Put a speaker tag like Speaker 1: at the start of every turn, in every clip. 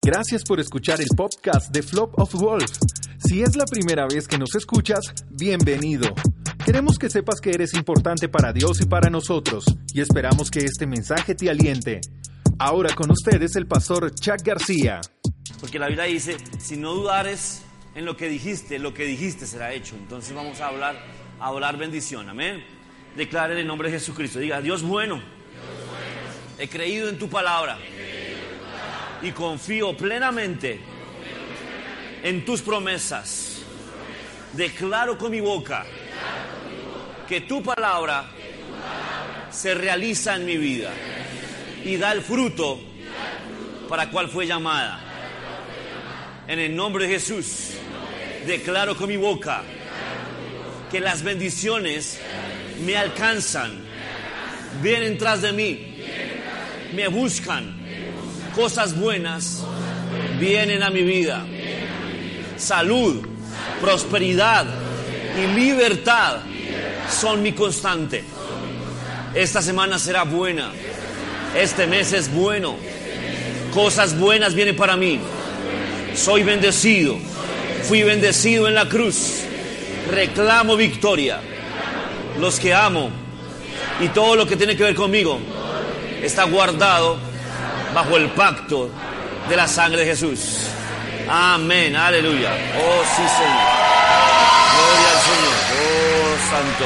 Speaker 1: Gracias por escuchar el podcast de Flock of Wolf. Si es la primera vez que nos escuchas, bienvenido. Queremos que sepas que eres importante para Dios y para nosotros, y esperamos que este mensaje te aliente. Ahora con ustedes el pastor Chuck García.
Speaker 2: Porque la Biblia dice, si no dudares en lo que dijiste será hecho. Entonces vamos a hablar bendición, amén. Declare en el nombre de Jesucristo, diga, Dios bueno, he creído en tu palabra y confío plenamente en tus promesas. Declaro con mi boca que tu palabra se realiza en mi vida y da el fruto para cual fue llamada. En el nombre de Jesús, declaro con mi boca que las bendiciones me alcanzan, vienen tras de mí, me buscan. Cosas buenas vienen a mi vida. Salud, prosperidad y libertad son mi constante. Esta semana será buena. Este mes es bueno. Cosas buenas vienen para mí. Soy bendecido. Fui bendecido en la cruz. Reclamo victoria. Los que amo y todo lo que tiene que ver conmigo está guardado bajo el pacto de la sangre de Jesús. Amén, aleluya. Oh sí, Señor. Gloria al Señor. Oh santo.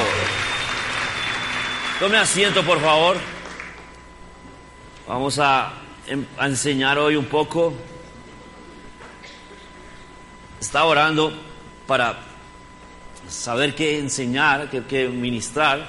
Speaker 2: Tome asiento, por favor. Vamos a enseñar hoy un poco. Estaba orando para saber qué enseñar, qué ministrar.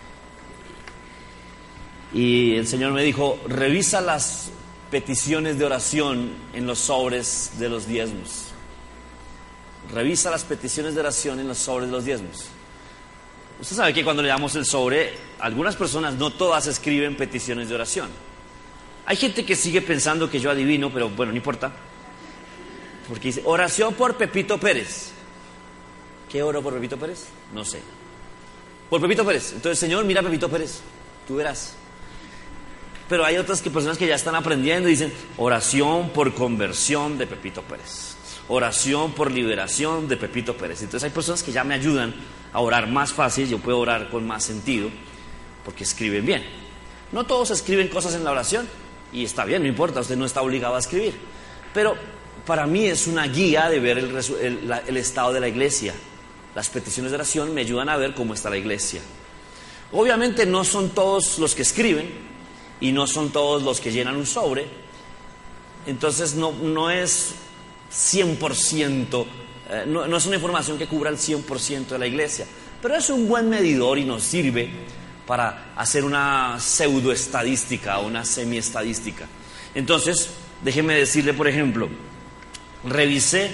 Speaker 2: Y el Señor me dijo, revisa las peticiones de oración en los sobres de los diezmos. Revisa las peticiones de oración en los sobres de los diezmos. Usted sabe que cuando le damos el sobre, algunas personas, no todas, escriben peticiones de oración. Hay gente que sigue pensando que yo adivino, pero bueno, no importa. Porque dice, oración por Pepito Pérez. ¿Qué oro por Pepito Pérez? No sé. Por Pepito Pérez. Entonces, Señor, mira a Pepito Pérez. Tú verás. Pero hay otras personas que ya están aprendiendo y dicen, oración por conversión de Pepito Pérez. Oración por liberación de Pepito Pérez. Entonces hay personas que ya me ayudan a orar más fácil. Yo puedo orar con más sentido porque escriben bien. No todos escriben cosas en la oración y está bien, no importa, usted no está obligado a escribir. Pero para mí es una guía de ver el estado de la iglesia. Las peticiones de oración me ayudan a ver cómo está la iglesia. Obviamente no son todos los que escriben y no son todos los que llenan un sobre. Entonces no es 100%, no es una información que cubra el 100% de la iglesia. Pero es un buen medidor y nos sirve para hacer una pseudoestadística o una semiestadística. Entonces, déjeme decirle, por ejemplo, revisé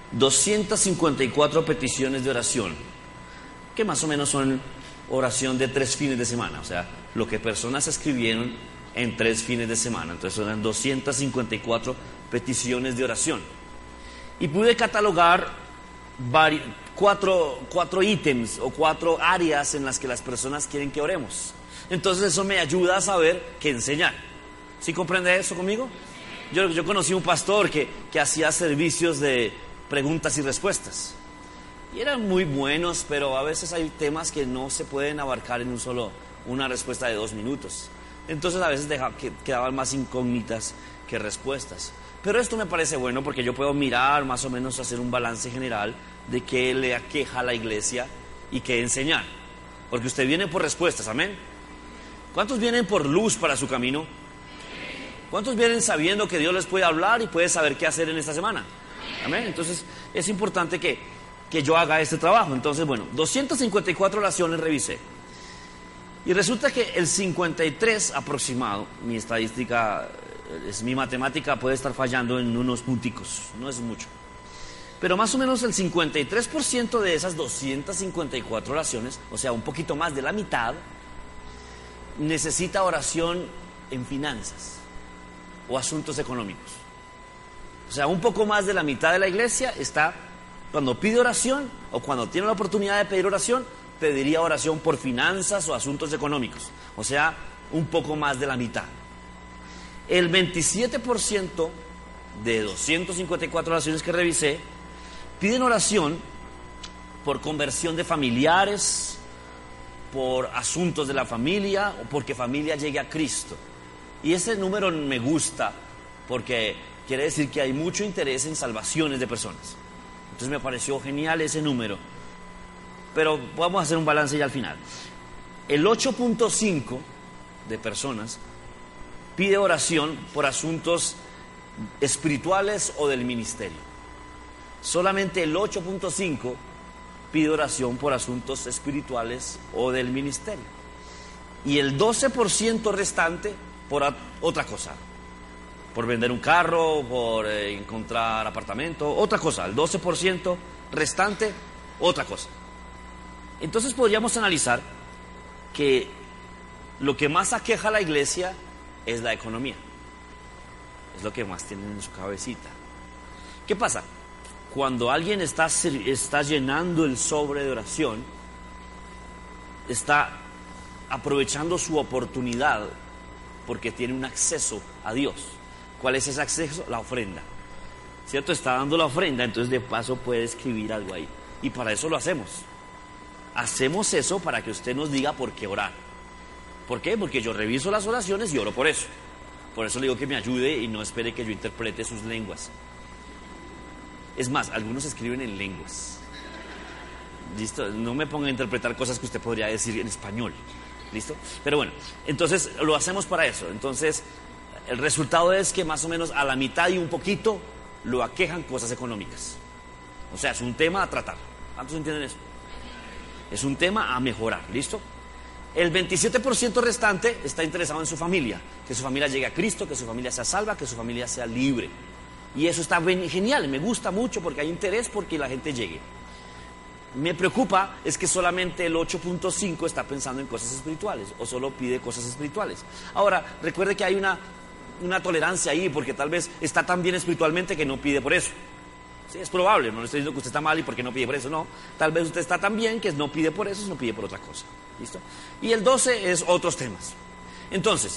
Speaker 2: 254 peticiones de oración, que más o menos son oración de 3 fines de semana, o sea, lo que personas escribieron en 3 fines de semana. Entonces eran 254 peticiones de oración. Y pude catalogar cuatro ítems o 4 áreas en las que las personas quieren que oremos. Entonces eso me ayuda a saber qué enseñar. ¿Sí comprende eso conmigo? Yo conocí un pastor que hacía servicios de preguntas y respuestas. Y eran muy buenos, pero a veces hay temas que no se pueden abarcar en una respuesta de 2 minutos. Entonces a veces quedaban más incógnitas que respuestas. Pero esto me parece bueno porque yo puedo mirar más o menos, hacer un balance general de qué le aqueja a la iglesia y qué enseñar. Porque usted viene por respuestas, amén. ¿Cuántos vienen por luz para su camino? ¿Cuántos vienen sabiendo que Dios les puede hablar y puede saber qué hacer en esta semana? Amén. Entonces es importante que yo haga este trabajo. Entonces, bueno, 254 oraciones revisé. Y resulta que el 53 aproximado, mi estadística, mi matemática puede estar fallando en unos punticos, no es mucho. Pero más o menos el 53% de esas 254 oraciones, o sea, un poquito más de la mitad, necesita oración en finanzas o asuntos económicos. O sea, un poco más de la mitad de la iglesia está, cuando pide oración o cuando tiene la oportunidad de pedir oración, pediría oración por finanzas o asuntos económicos. O sea, un poco más de la mitad. El 27% de 254 oraciones que revisé, piden oración por conversión de familiares, por asuntos de la familia o porque familia llegue a Cristo. Y ese número me gusta porque quiere decir que hay mucho interés en salvaciones de personas. Entonces me pareció genial ese número. Pero vamos a hacer un balance ya al final. El 8.5 de personas pide oración por asuntos espirituales o del ministerio. Solamente el 8.5 pide oración por asuntos espirituales o del ministerio. Y el 12% restante por otra cosa. Por vender un carro, por encontrar apartamento, otra cosa. El 12% restante, otra cosa. Entonces podríamos analizar que lo que más aqueja a la iglesia es la economía. Es lo que más tienen en su cabecita. ¿Qué pasa? Cuando alguien está llenando el sobre de oración, está aprovechando su oportunidad porque tiene un acceso a Dios. ¿Cuál es ese acceso? La ofrenda. ¿Cierto? Está dando la ofrenda, entonces de paso puede escribir algo ahí. Y para eso lo hacemos. Hacemos eso para que usted nos diga por qué orar. ¿Por qué? Porque yo reviso las oraciones y oro por eso. Por eso le digo que me ayude y no espere que yo interprete sus lenguas. Es más, algunos escriben en lenguas. ¿Listo? No me ponga a interpretar cosas que usted podría decir en español. ¿Listo? Pero bueno, entonces lo hacemos para eso. Entonces, el resultado es que más o menos a la mitad y un poquito lo aquejan cosas económicas. O sea, es un tema a tratar. ¿Cuántos entienden eso? Es un tema a mejorar. ¿Listo? El 27% restante está interesado en su familia. Que su familia llegue a Cristo, que su familia sea salva, que su familia sea libre. Y eso está genial, me gusta mucho porque hay interés porque la gente llegue. Me preocupa es que solamente el 8.5 está pensando en cosas espirituales o solo pide cosas espirituales. Ahora, recuerde que hay una tolerancia ahí porque tal vez está tan bien espiritualmente que no pide por eso. Sí, es probable, no le estoy diciendo que usted está mal y porque no pide por eso, no. Tal vez usted está tan bien que no pide por eso, no pide por otra cosa. ¿Listo? Y el 12 es otros temas. Entonces,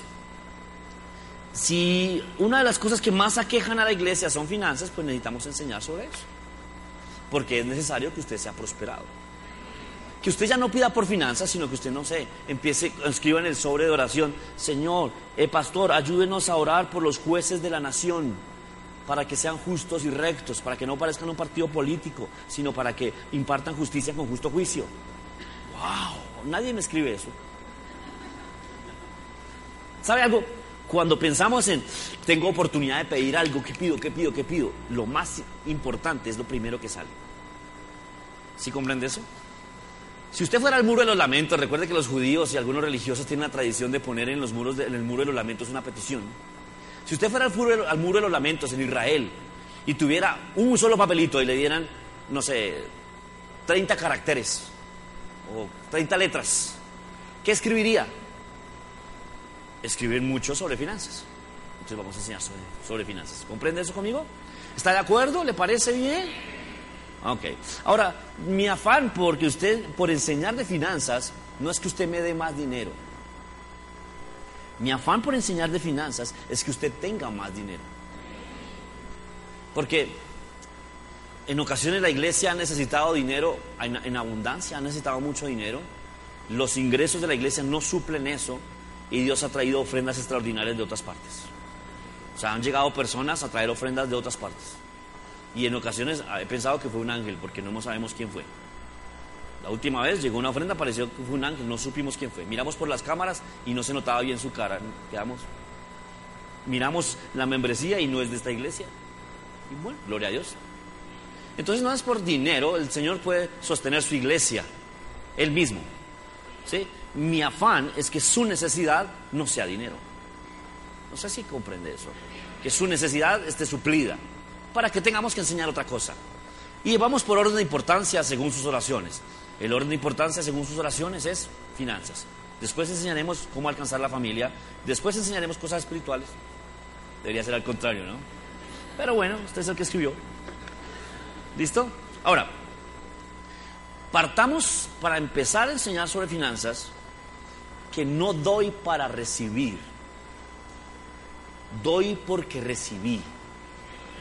Speaker 2: si una de las cosas que más aquejan a la iglesia son finanzas, pues necesitamos enseñar sobre eso. Porque es necesario que usted sea prosperado. Que usted ya no pida por finanzas, sino que usted, no sé, escriba en el sobre de oración: Señor, pastor, ayúdenos a orar por los jueces de la nación, para que sean justos y rectos, para que no parezcan un partido político, sino para que impartan justicia con justo juicio. ¡Wow! Nadie me escribe eso. ¿Sabe algo? Cuando pensamos en tengo oportunidad de pedir algo, ¿qué pido? Lo más importante es lo primero que sale. ¿Sí comprende eso? Si usted fuera al muro de los lamentos, recuerde que los judíos y algunos religiosos tienen la tradición de poner en el muro de los lamentos una petición. Si usted fuera al muro de los lamentos en Israel y tuviera un solo papelito y le dieran, no sé, 30 caracteres o 30 letras, ¿qué escribiría? Escribir mucho sobre finanzas. Entonces vamos a enseñar sobre finanzas. ¿Comprende eso conmigo? ¿Está de acuerdo? ¿Le parece bien? Ok. Ahora, mi afán por enseñar de finanzas no es que usted me dé más dinero. Mi afán por enseñar de finanzas es que usted tenga más dinero. Porque en ocasiones la iglesia ha necesitado dinero en abundancia, ha necesitado mucho dinero. Los ingresos de la iglesia no suplen eso. Y Dios ha traído ofrendas extraordinarias de otras partes. O sea, han llegado personas a traer ofrendas de otras partes. Y en ocasiones he pensado que fue un ángel, porque no sabemos quién fue. La última vez llegó una ofrenda, pareció que fue un ángel, no supimos quién fue. Miramos por las cámaras y no se notaba bien su cara. Miramos la membresía y no es de esta iglesia. Y bueno, gloria a Dios. Entonces no es por dinero, el Señor puede sostener su iglesia, Él mismo. ¿Sí? Mi afán es que su necesidad no sea dinero. No sé si comprende eso. Que su necesidad esté suplida, para que tengamos que enseñar otra cosa. Y vamos por orden de importancia según sus oraciones. El orden de importancia según sus oraciones es finanzas. Después enseñaremos cómo alcanzar la familia. Después enseñaremos cosas espirituales. Debería ser al contrario, ¿no? Pero bueno, usted es el que escribió. ¿Listo? Ahora, partamos para empezar a enseñar sobre finanzas que no doy para recibir. Doy porque recibí.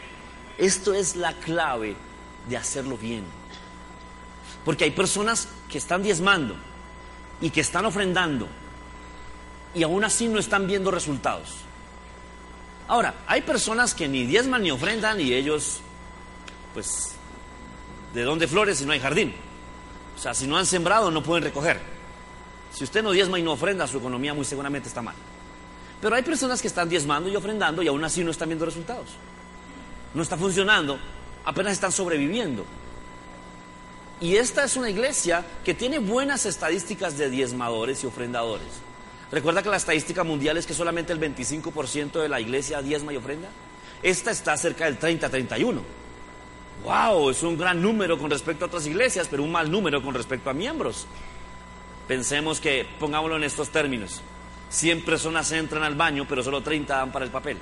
Speaker 2: Esto es la clave de hacerlo bien. Porque hay personas que están diezmando y que están ofrendando y aún así no están viendo resultados. Ahora, hay personas que ni diezman ni ofrendan y ellos, pues, ¿de dónde flores si no hay jardín? O sea, si no han sembrado no pueden recoger. Si usted no diezma y no ofrenda, su economía muy seguramente está mal. Pero hay personas que están diezmando y ofrendando y aún así no están viendo resultados. No está funcionando, apenas están sobreviviendo. Y esta es una iglesia que tiene buenas estadísticas de diezmadores y ofrendadores. ¿Recuerda que la estadística mundial es que solamente el 25% de la iglesia diezma y ofrenda? Esta está cerca del 30-31%. ¡Wow! Es un gran número con respecto a otras iglesias, pero un mal número con respecto a miembros. Pensemos que, pongámoslo en estos términos, 100 personas entran al baño, pero solo 30 dan para el papel.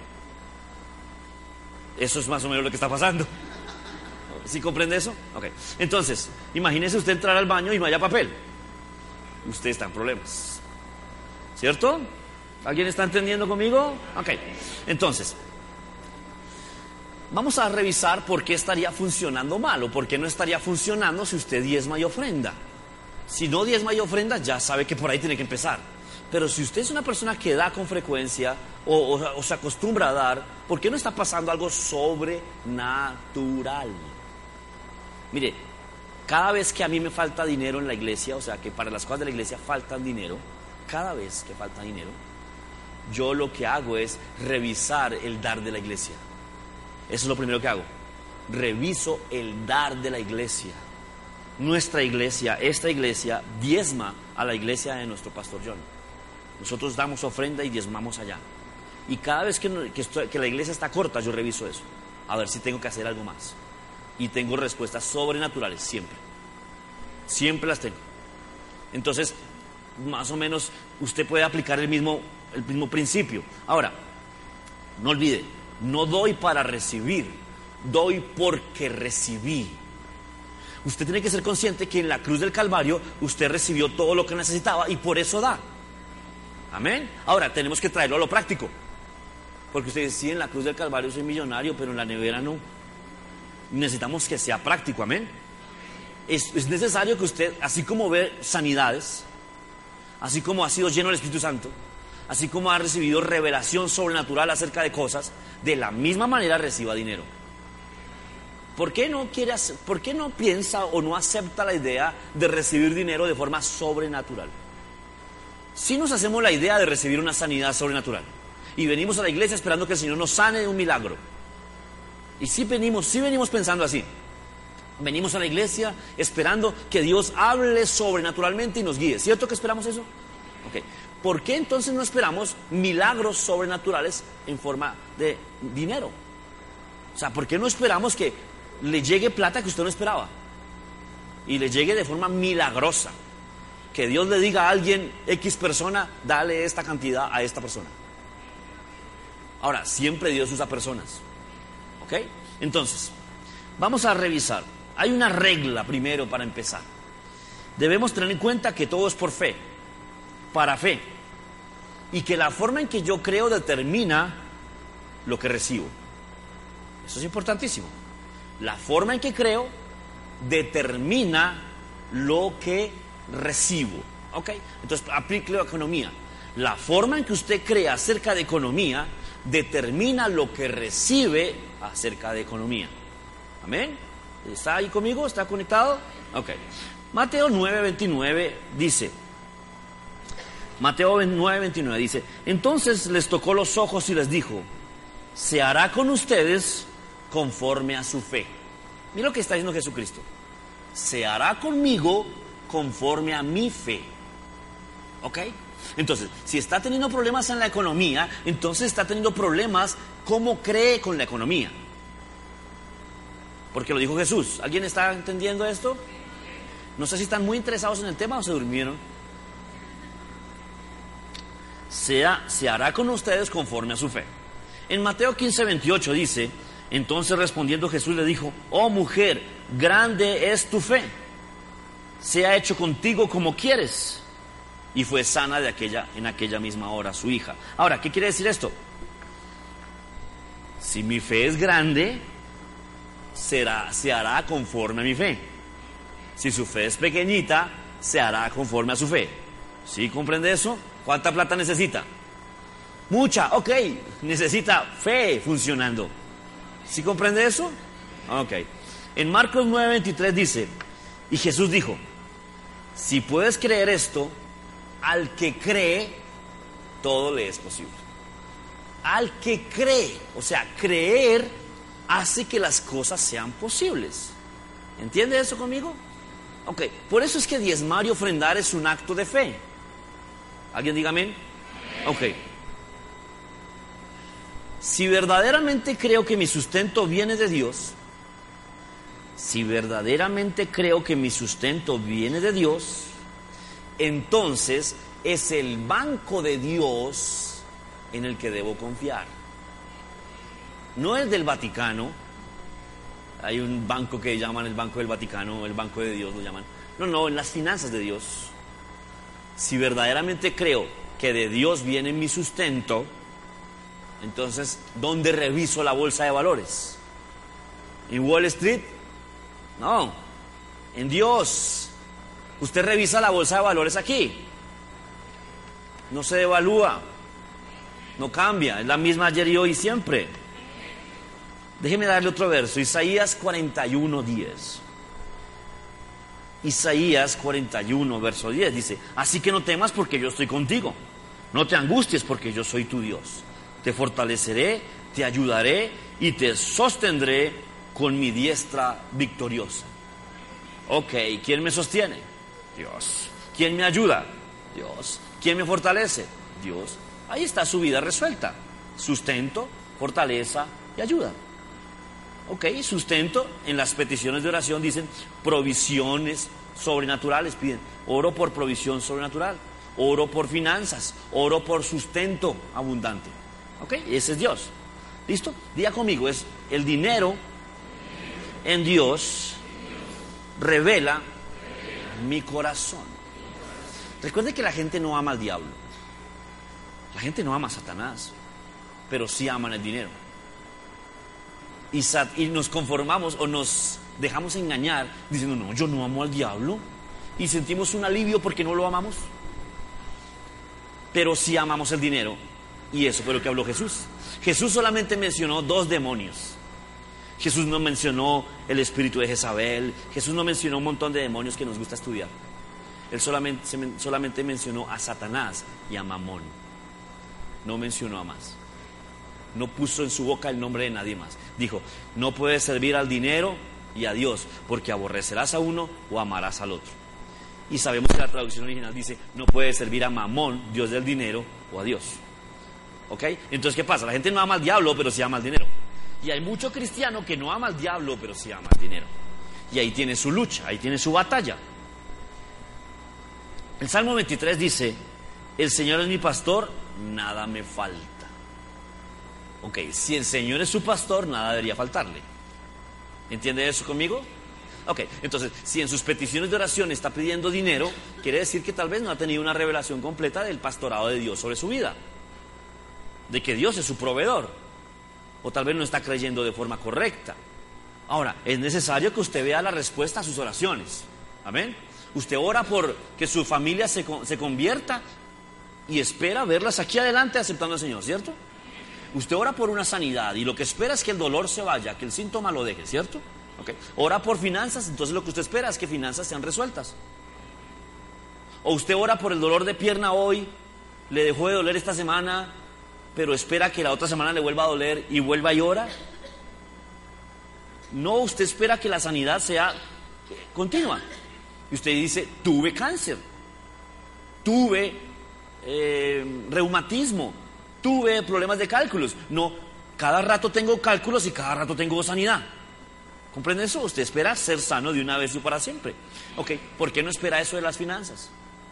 Speaker 2: Eso es más o menos lo que está pasando. ¿Sí comprende eso? Ok. Entonces, imagínese usted entrar al baño y no haya papel. Usted está en problemas. ¿Cierto? ¿Alguien está entendiendo conmigo? Ok. Entonces, vamos a revisar por qué estaría funcionando mal o por qué no estaría funcionando si usted diezma y ofrenda. Si no diezma y ofrenda, ya sabe que por ahí tiene que empezar. Pero si usted es una persona que da con frecuencia o se acostumbra a dar, ¿por qué no está pasando algo sobrenatural? Mire, cada vez que a mí me falta dinero en la iglesia, o sea, que para las cosas de la iglesia faltan dinero, cada vez que falta dinero, yo lo que hago es revisar el dar de la iglesia. Eso es lo primero que hago. Reviso el dar de la iglesia. Nuestra iglesia, esta iglesia, diezma a la iglesia de nuestro pastor John. Nosotros damos ofrenda y diezmamos allá. Y cada vez que la iglesia está corta, yo reviso eso. A ver si tengo que hacer algo más. Y tengo respuestas sobrenaturales, siempre. Siempre las tengo. Entonces, más o menos, usted puede aplicar el mismo principio. Ahora, no olvide, no doy para recibir, doy porque recibí. Usted tiene que ser consciente que en la cruz del Calvario usted recibió todo lo que necesitaba y por eso da. Amén. Ahora, tenemos que traerlo a lo práctico. Porque usted dice, sí, en la cruz del Calvario soy millonario, pero en la nevera no. Necesitamos que sea práctico, amén. Es necesario que usted, así como ve sanidades, así como ha sido lleno del Espíritu Santo, así como ha recibido revelación sobrenatural acerca de cosas, de la misma manera reciba dinero. ¿Por qué no piensa o no acepta la idea de recibir dinero de forma sobrenatural? Si nos hacemos la idea de recibir una sanidad sobrenatural y venimos a la iglesia esperando que el Señor nos sane de un milagro, y si venimos pensando así, venimos a la iglesia esperando que Dios hable sobrenaturalmente y nos guíe, ¿cierto que esperamos eso? Ok. ¿Por qué entonces no esperamos milagros sobrenaturales en forma de dinero? O sea, ¿por qué no esperamos que le llegue plata que usted no esperaba? Y le llegue de forma milagrosa. Que Dios le diga a alguien, X persona, dale esta cantidad a esta persona. Ahora, siempre Dios usa personas. ¿Ok? Entonces, vamos a revisar. Hay una regla primero para empezar. Debemos tener en cuenta que todo es por fe, para fe. Y que la forma en que yo creo determina lo que recibo. Eso es importantísimo. La forma en que creo determina lo que recibo. ¿Ok? Entonces, aplíquelo a economía. La forma en que usted cree acerca de economía determina lo que recibe acerca de economía. ¿Amén? ¿Está ahí conmigo? ¿Está conectado? Ok. Mateo 9:29 dice, entonces les tocó los ojos y les dijo, se hará con ustedes conforme a su fe. Mira lo que está diciendo Jesucristo. Se hará conmigo conforme a mi fe. ¿Ok? Entonces, si está teniendo problemas en la economía, entonces está teniendo problemas cómo cree con la economía. Porque lo dijo Jesús. ¿Alguien está entendiendo esto? No sé si están muy interesados en el tema o se durmieron. Se hará con ustedes conforme a su fe. En Mateo 15:28 dice, entonces respondiendo Jesús le dijo, oh mujer, grande es tu fe, sea hecho contigo como quieres. Y fue sana en aquella misma hora su hija. Ahora, ¿qué quiere decir esto? Si mi fe es grande, se hará conforme a mi fe. Si su fe es pequeñita, se hará conforme a su fe. ¿Sí comprende eso? ¿Cuánta plata necesita? Mucha, ok. Necesita fe funcionando. ¿Sí comprende eso? Ok. En Marcos 9:23 dice, y Jesús dijo, si puedes creer esto, al que cree, todo le es posible. Al que cree, o sea, creer hace que las cosas sean posibles. ¿Entiende eso conmigo? Ok, por eso es que diezmar y ofrendar es un acto de fe. ¿Alguien diga amén? Ok. Si verdaderamente creo que mi sustento viene de Dios, si verdaderamente creo que mi sustento viene de Dios, entonces es el banco de Dios en el que debo confiar. No es del Vaticano. Hay un banco que llaman el Banco del Vaticano, el Banco de Dios lo llaman. No, en las finanzas de Dios. Si verdaderamente creo que de Dios viene mi sustento, entonces, ¿dónde reviso la bolsa de valores? ¿En Wall Street? No, en Dios. Usted revisa la bolsa de valores aquí. No se devalúa, no cambia, es la misma ayer y hoy y siempre. Déjeme darle otro verso, Isaías 41:10. Isaías 41, verso 10 dice, así que no temas porque yo estoy contigo, no te angusties porque yo soy tu Dios. Te fortaleceré, te ayudaré y te sostendré con mi diestra victoriosa. Ok, ¿quién me sostiene? Dios. ¿Quién me ayuda? Dios. ¿Quién me fortalece? Dios. Ahí está su vida resuelta. Sustento, fortaleza y ayuda. Ok, sustento, en las peticiones de oración dicen provisiones sobrenaturales, piden, oro por provisión sobrenatural, oro por finanzas, oro por sustento abundante. Ok, ese es Dios. ¿Listo? Diga conmigo, es el dinero en Dios revela mi corazón. Recuerde que la gente no ama al diablo, la gente no ama a Satanás, pero sí aman el dinero. Y nos conformamos o nos dejamos engañar diciendo, no, yo no amo al diablo, y sentimos un alivio porque no lo amamos. Pero sí amamos el dinero, y eso fue lo que habló Jesús. Jesús solamente mencionó 2 demonios. Jesús no mencionó el espíritu de Jezabel, Jesús no mencionó un montón de demonios que nos gusta estudiar. Él solamente mencionó a Satanás y a Mamón. No mencionó a más. No puso en su boca el nombre de nadie más. Dijo, no puedes servir al dinero y a Dios, porque aborrecerás a uno o amarás al otro. Y sabemos que la traducción original dice, no puedes servir a Mamón, Dios del dinero, o a Dios. ¿Ok? Entonces, ¿qué pasa? La gente no ama al diablo, pero sí ama al dinero. Y hay mucho cristiano que no ama al diablo, pero sí ama al dinero. Y ahí tiene su lucha, ahí tiene su batalla. El Salmo 23 dice, el Señor es mi pastor, nada me falta. Ok, si el Señor es su pastor, nada debería faltarle. ¿Entiende eso conmigo? Ok, entonces, si en sus peticiones de oración está pidiendo dinero, quiere decir que tal vez no ha tenido una revelación completa del pastorado de Dios sobre su vida, de que Dios es su proveedor, o tal vez no está creyendo de forma correcta. Ahora, es necesario que usted vea la respuesta a sus oraciones. Amén. Usted ora por que su familia se convierta y espera verlas aquí adelante aceptando al Señor, ¿cierto? Usted ora por una sanidad y lo que espera es que el dolor se vaya, que el síntoma lo deje, ¿cierto? Okay. Ora por finanzas, entonces lo que usted espera es que finanzas sean resueltas. O usted ora por el dolor de pierna hoy, le dejó de doler esta semana, pero espera que la otra semana le vuelva a doler y vuelva y ora. No, usted espera que la sanidad sea continua. Y usted dice, tuve cáncer, tuve reumatismo, tuve problemas de cálculos. No, cada rato tengo cálculos y cada rato tengo sanidad. ¿Comprende eso? Usted espera ser sano de una vez y para siempre. Ok, ¿por qué no espera eso de las finanzas?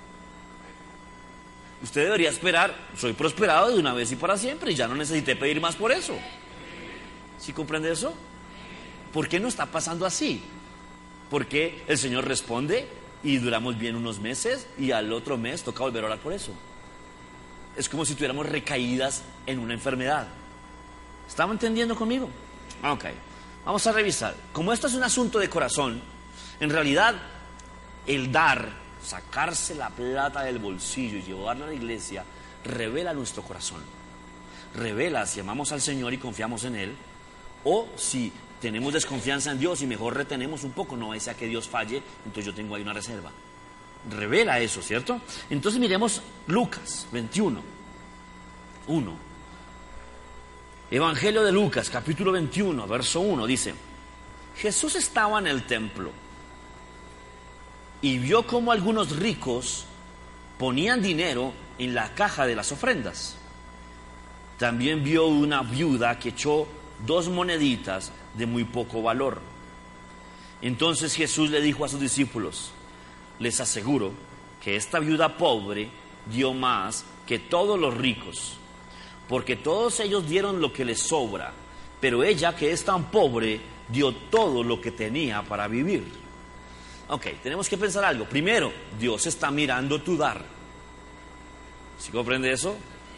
Speaker 2: Usted debería esperar, soy prosperado de una vez y para siempre y ya no necesité pedir más por eso. ¿Sí comprende eso? ¿Por qué no está pasando así? Porque el Señor responde y duramos bien unos meses y al otro mes toca volver a orar por eso. Es como si tuviéramos recaídas en una enfermedad. ¿Estamos entendiendo conmigo? Ok, Vamos a revisar. Como esto es un asunto de corazón, en realidad el dar, sacarse la plata del bolsillo y llevarla a la iglesia, revela nuestro corazón. Revela si amamos al Señor y confiamos en Él, o si tenemos desconfianza en Dios y mejor retenemos un poco, no sea que Dios falle, entonces yo tengo ahí una reserva. Revela eso, ¿cierto? Entonces miremos Lucas 21, 1. Evangelio de Lucas, capítulo 21, verso 1, dice: Jesús estaba en el templo y vio cómo algunos ricos ponían dinero en la caja de las ofrendas. También vio una viuda que echó 2 moneditas de muy poco valor. Entonces Jesús le dijo a sus discípulos: les aseguro que esta viuda pobre dio más que todos los ricos, porque todos ellos dieron lo que les sobra, pero ella, que es tan pobre, dio todo lo que tenía para vivir. Ok, tenemos que pensar algo. Primero, Dios está mirando tu dar. ¿Sí comprende eso?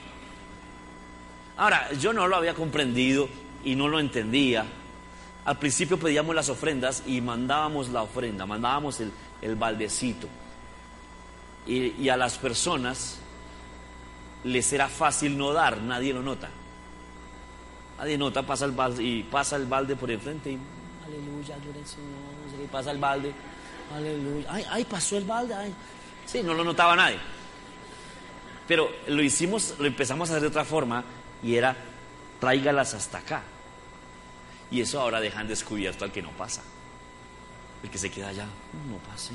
Speaker 2: Ahora, yo no lo había comprendido y no lo entendía. Al principio pedíamos las ofrendas y mandábamos la ofrenda, mandábamos el baldecito. Y a las personas les era fácil no dar, nadie lo nota. Nadie nota, pasa el balde por enfrente y aleluya, gloria al Señor, y pasa el balde, aleluya, ay, pasó el balde, ay. Sí, no lo notaba nadie. Pero lo empezamos a hacer de otra forma y era: tráigalas hasta acá. Y eso ahora dejan descubierto al que no pasa. El que se queda allá, no pasé.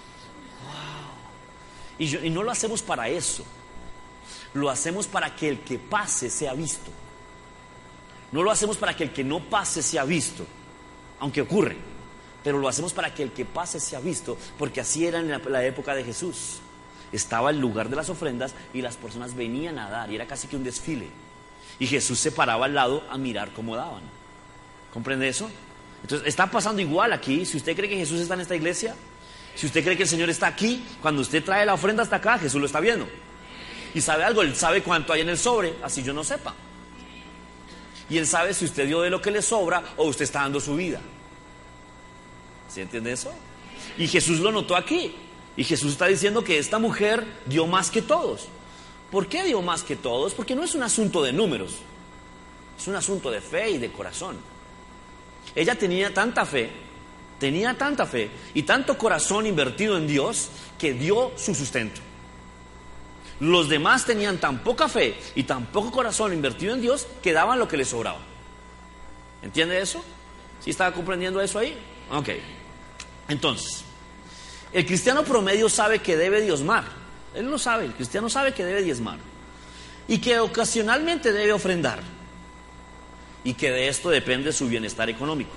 Speaker 2: Wow. Y no lo hacemos para eso. Lo hacemos para que el que pase sea visto. No lo hacemos para que el que no pase sea visto, aunque ocurre. Pero lo hacemos para que el que pase sea visto, porque así era en la época de Jesús. Estaba el lugar de las ofrendas y las personas venían a dar, y era casi que un desfile. Y Jesús se paraba al lado a mirar cómo daban. ¿Comprende eso? Entonces está pasando igual aquí. Si usted cree que Jesús está en esta iglesia, si usted cree que el Señor está aquí, cuando usted trae la ofrenda hasta acá, Jesús lo está viendo. Y sabe algo, Él sabe cuánto hay en el sobre, así yo no sepa. Y Él sabe si usted dio de lo que le sobra o usted está dando su vida. ¿Sí entiende eso? Y Jesús lo notó aquí. Y Jesús está diciendo que esta mujer dio más que todos. ¿Por qué dio más que todos? Porque no es un asunto de números, es un asunto de fe y de corazón. Ella tenía tanta fe y tanto corazón invertido en Dios que dio su sustento. Los demás tenían tan poca fe y tan poco corazón invertido en Dios que daban lo que les sobraba. ¿Entiende eso? ¿Sí estaba comprendiendo eso ahí? Ok. Entonces, el cristiano promedio sabe que debe diezmar. Él lo sabe, el cristiano sabe que debe diezmar y que ocasionalmente debe ofrendar, y que de esto depende su bienestar económico.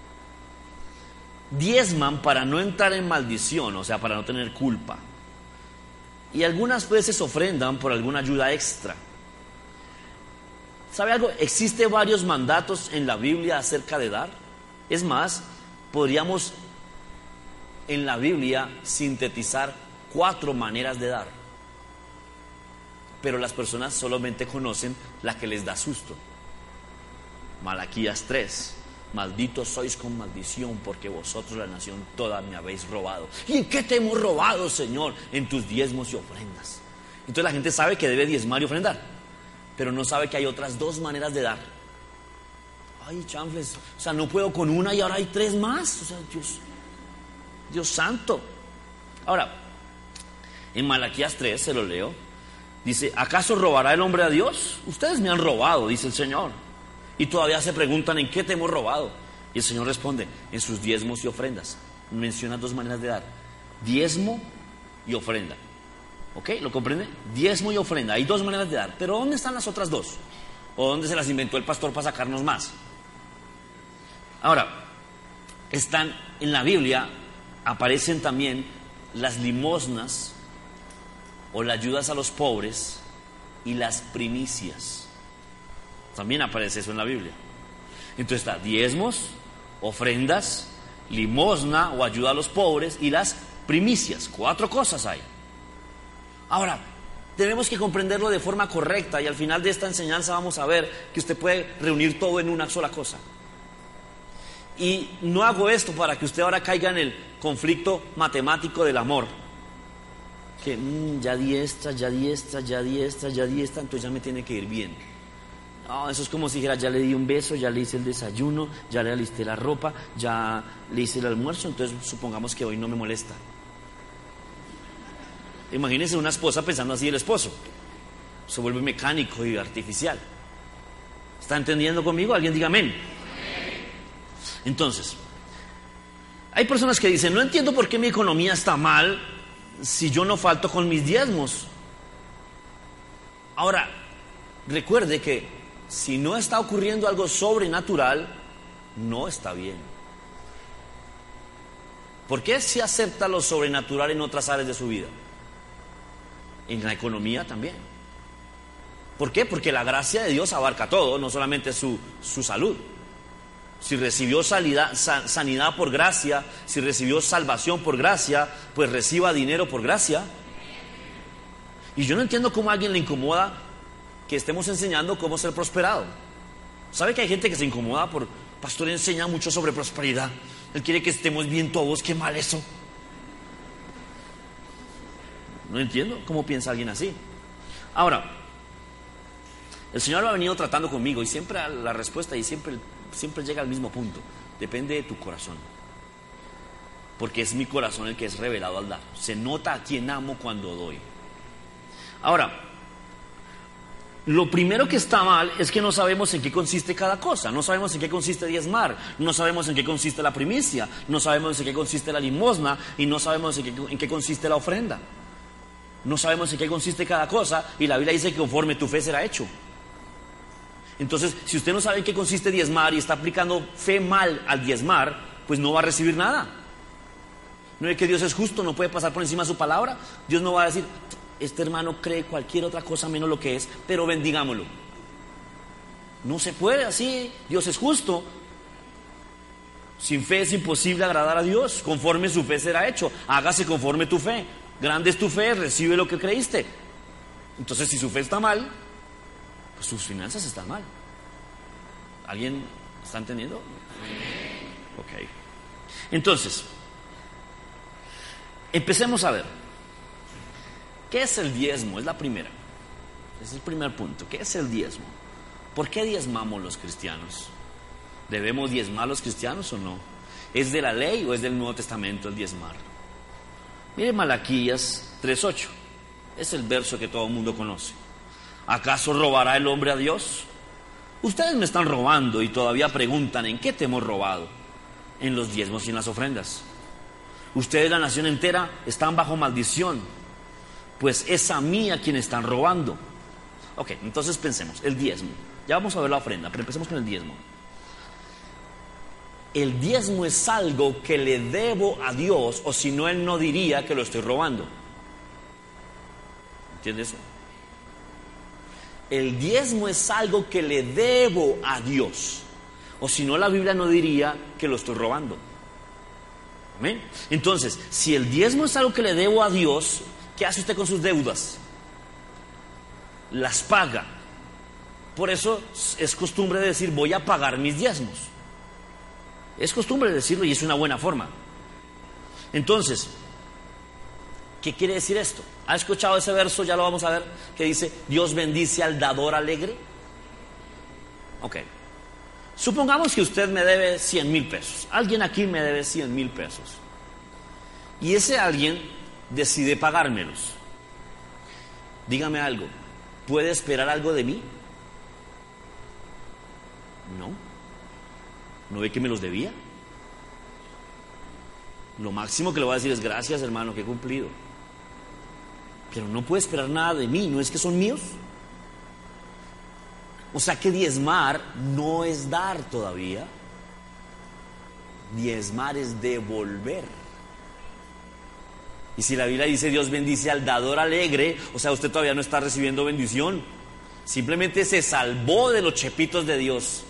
Speaker 2: Diezman para no entrar en maldición, o sea, para no tener culpa. Y algunas veces ofrendan por alguna ayuda extra. ¿Sabe algo? Existen varios mandatos en la Biblia acerca de dar. Es más, podríamos en la Biblia sintetizar 4 maneras de dar. Pero las personas solamente conocen la que les da susto. Malaquías 3: malditos sois con maldición, porque vosotros, la nación toda, me habéis robado. ¿Y en qué te hemos robado, Señor? En tus diezmos y ofrendas. Entonces la gente sabe que debe diezmar y ofrendar, pero no sabe que hay otras 2 maneras de dar. Ay, chanfles, o sea, no puedo con una y ahora hay 3 más. O sea, Dios santo. Ahora, en Malaquías 3, se lo leo, dice: ¿acaso robará el hombre a Dios? Ustedes me han robado, dice el Señor. Y todavía se preguntan: ¿en qué te hemos robado? Y el Señor responde: en sus diezmos y ofrendas. Menciona 2 maneras de dar: diezmo y ofrenda. ¿Ok? ¿Lo comprende? Diezmo y ofrenda. Hay 2 maneras de dar. Pero ¿dónde están las otras 2? ¿O dónde se las inventó el pastor para sacarnos más? Ahora, están en la Biblia, aparecen también las limosnas o las ayudas a los pobres y las primicias. También aparece eso en la Biblia. Entonces está diezmos, ofrendas, limosna o ayuda a los pobres y las primicias. 4 cosas hay. Ahora, tenemos que comprenderlo de forma correcta, y al final de esta enseñanza vamos a ver que usted puede reunir todo en una sola cosa. Y no hago esto para que usted ahora caiga en el conflicto matemático del amor. Que ya di esta, entonces ya me tiene que ir bien. No, eso es como si dijera, ya le di un beso, ya le hice el desayuno, ya le alisté la ropa, ya le hice el almuerzo, entonces supongamos que hoy no me molesta. Imagínense una esposa pensando así del esposo. Se vuelve mecánico y artificial. ¿Está entendiendo conmigo? Alguien diga amén. Entonces, hay personas que dicen, no entiendo por qué mi economía está mal si yo no falto con mis diezmos. Ahora, recuerde que si no está ocurriendo algo sobrenatural, no está bien. ¿Por qué se acepta lo sobrenatural en otras áreas de su vida? En la economía también. ¿Por qué? Porque la gracia de Dios abarca todo, no solamente su salud. Si recibió sanidad por gracia, si recibió salvación por gracia, pues reciba dinero por gracia. Y yo no entiendo cómo a alguien le incomoda que estemos enseñando cómo ser prosperado. ¿Sabe que hay gente que se incomoda por, pastor enseña mucho sobre prosperidad, él quiere que estemos bien todos, qué mal eso? No entiendo cómo piensa alguien así. Ahora, el Señor lo ha venido tratando conmigo y siempre la respuesta y siempre llega al mismo punto. Depende de tu corazón. Porque es mi corazón el que es revelado al dar. Se nota a quién amo cuando doy. Ahora, lo primero que está mal es que no sabemos en qué consiste cada cosa. No sabemos en qué consiste diezmar. No sabemos en qué consiste la primicia. No sabemos en qué consiste la limosna. Y no sabemos en qué consiste la ofrenda. No sabemos en qué consiste cada cosa. Y la Biblia dice que conforme tu fe será hecho. Entonces, si usted no sabe en qué consiste diezmar y está aplicando fe mal al diezmar, pues no va a recibir nada. No es que Dios es justo, no puede pasar por encima de su palabra. Dios no va a decir, este hermano cree cualquier otra cosa menos lo que es, pero bendigámoslo. No se puede así, Dios es justo. Sin fe es imposible agradar a Dios. Conforme su fe será hecho. Hágase conforme tu fe. Grande es tu fe, recibe lo que creíste. Entonces, si su fe está mal, pues sus finanzas están mal. ¿Alguien está entendiendo? Ok. Entonces, empecemos a ver. ¿Qué es el diezmo? Es la primera. Es el primer punto. ¿Qué es el diezmo? ¿Por qué diezmamos los cristianos? ¿Debemos diezmar los cristianos o no? ¿Es de la ley o es del Nuevo Testamento el diezmar? Mire Malaquías 3:8. Es el verso que todo el mundo conoce. ¿Acaso robará el hombre a Dios? Ustedes me están robando y todavía preguntan ¿en qué te hemos robado? En los diezmos y en las ofrendas. Ustedes, la nación entera, están bajo maldición, pues es a mí a quien están robando. Ok, entonces pensemos, el diezmo. Ya vamos a ver la ofrenda, pero empecemos con el diezmo. El diezmo es algo que le debo a Dios, o si no, Él no diría que lo estoy robando. ¿Entiendes eso? El diezmo es algo que le debo a Dios, o si no, la Biblia no diría que lo estoy robando. ¿Amén? Entonces, si el diezmo es algo que le debo a Dios, ¿qué hace usted con sus deudas? Las paga. Por eso es costumbre decir, voy a pagar mis diezmos. Es costumbre decirlo y es una buena forma. Entonces, ¿qué quiere decir esto? ¿Ha escuchado ese verso? Ya lo vamos a ver, que dice, Dios bendice al dador alegre. Ok. Supongamos que usted me debe 100,000 pesos. Alguien aquí me debe 100,000 pesos. Y ese alguien decide pagármelos. Dígame algo, ¿puede esperar algo de mí? No. ¿No ve que me los debía? Lo máximo que le voy a decir es gracias, hermano, que he cumplido. Pero no puede esperar nada de mí, ¿no es que son míos? O sea que diezmar no es dar todavía. Diezmar es devolver. Y si la Biblia dice Dios bendice al dador alegre, o sea, usted todavía no está recibiendo bendición. Simplemente se salvó de los chepitos de Dios.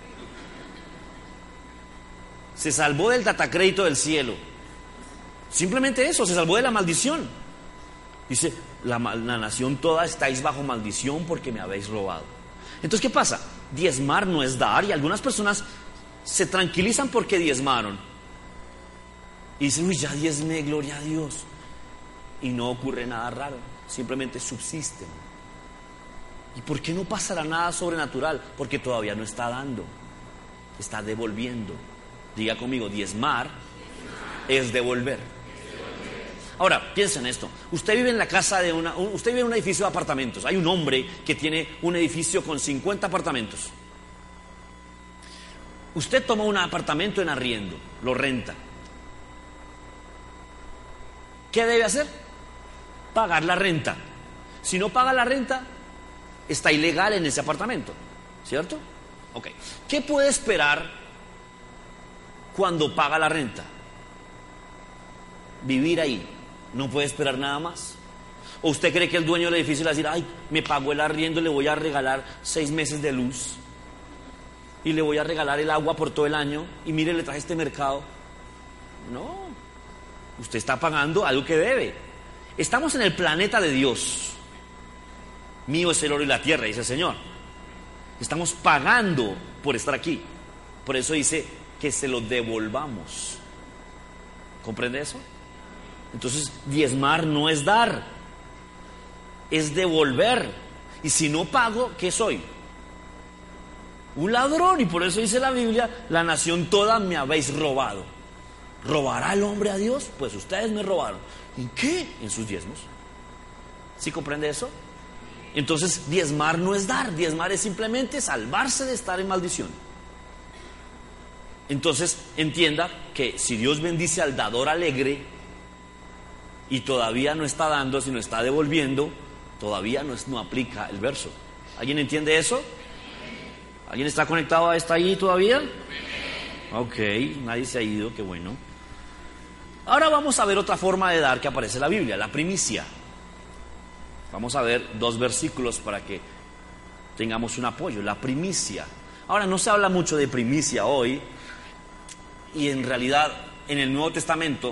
Speaker 2: Se salvó del datacrédito del cielo. Simplemente eso, se salvó de la maldición. Dice, la nación toda estáis bajo maldición porque me habéis robado. Entonces, ¿qué pasa? Diezmar no es dar, y algunas personas se tranquilizan porque diezmaron. Y dicen, uy, ya diezmé, gloria a Dios. Y no ocurre nada raro, simplemente subsisten. ¿Y por qué no pasará nada sobrenatural? Porque todavía no está dando, está devolviendo. Diga conmigo, diezmar es devolver. Ahora, piensa en esto. Usted vive en la casa de usted vive en un edificio de apartamentos. Hay un hombre que tiene un edificio con 50 apartamentos. Usted toma un apartamento en arriendo, lo renta. ¿Qué debe hacer? Pagar la renta. Si no paga la renta, está ilegal en ese apartamento, ¿cierto? Ok. ¿Qué puede esperar cuando paga la renta? Vivir ahí. No puede esperar nada más. ¿O usted cree que el dueño del edificio le va a decir, ay, me pagó el arriendo, le voy a regalar 6 meses de luz y le voy a regalar el agua por todo el año y mire, le traje este mercado? No. Usted está pagando algo que debe. Estamos en el planeta de Dios. Mío es el oro y la tierra, dice el Señor. Estamos pagando por estar aquí. Por eso dice que se lo devolvamos. ¿Comprende eso? Entonces, diezmar no es dar, es devolver. Y si no pago, ¿qué soy? Un ladrón. Y por eso dice la Biblia, la nación toda me habéis robado. ¿Robará el hombre a Dios? Pues ustedes me robaron. ¿En qué? En sus diezmos. ¿Sí comprende eso? Entonces, diezmar no es dar, diezmar es simplemente salvarse de estar en maldición. Entonces, entienda que si Dios bendice al dador alegre y todavía no está dando, sino está devolviendo, todavía no aplica el verso. ¿Alguien entiende eso? ¿Alguien está conectado a esta ahí todavía? Ok, nadie se ha ido, qué bueno. Ahora vamos a ver otra forma de dar que aparece en la Biblia, la primicia. Vamos a ver 2 versículos para que tengamos un apoyo, la primicia. Ahora, no se habla mucho de primicia hoy, y en realidad en el Nuevo Testamento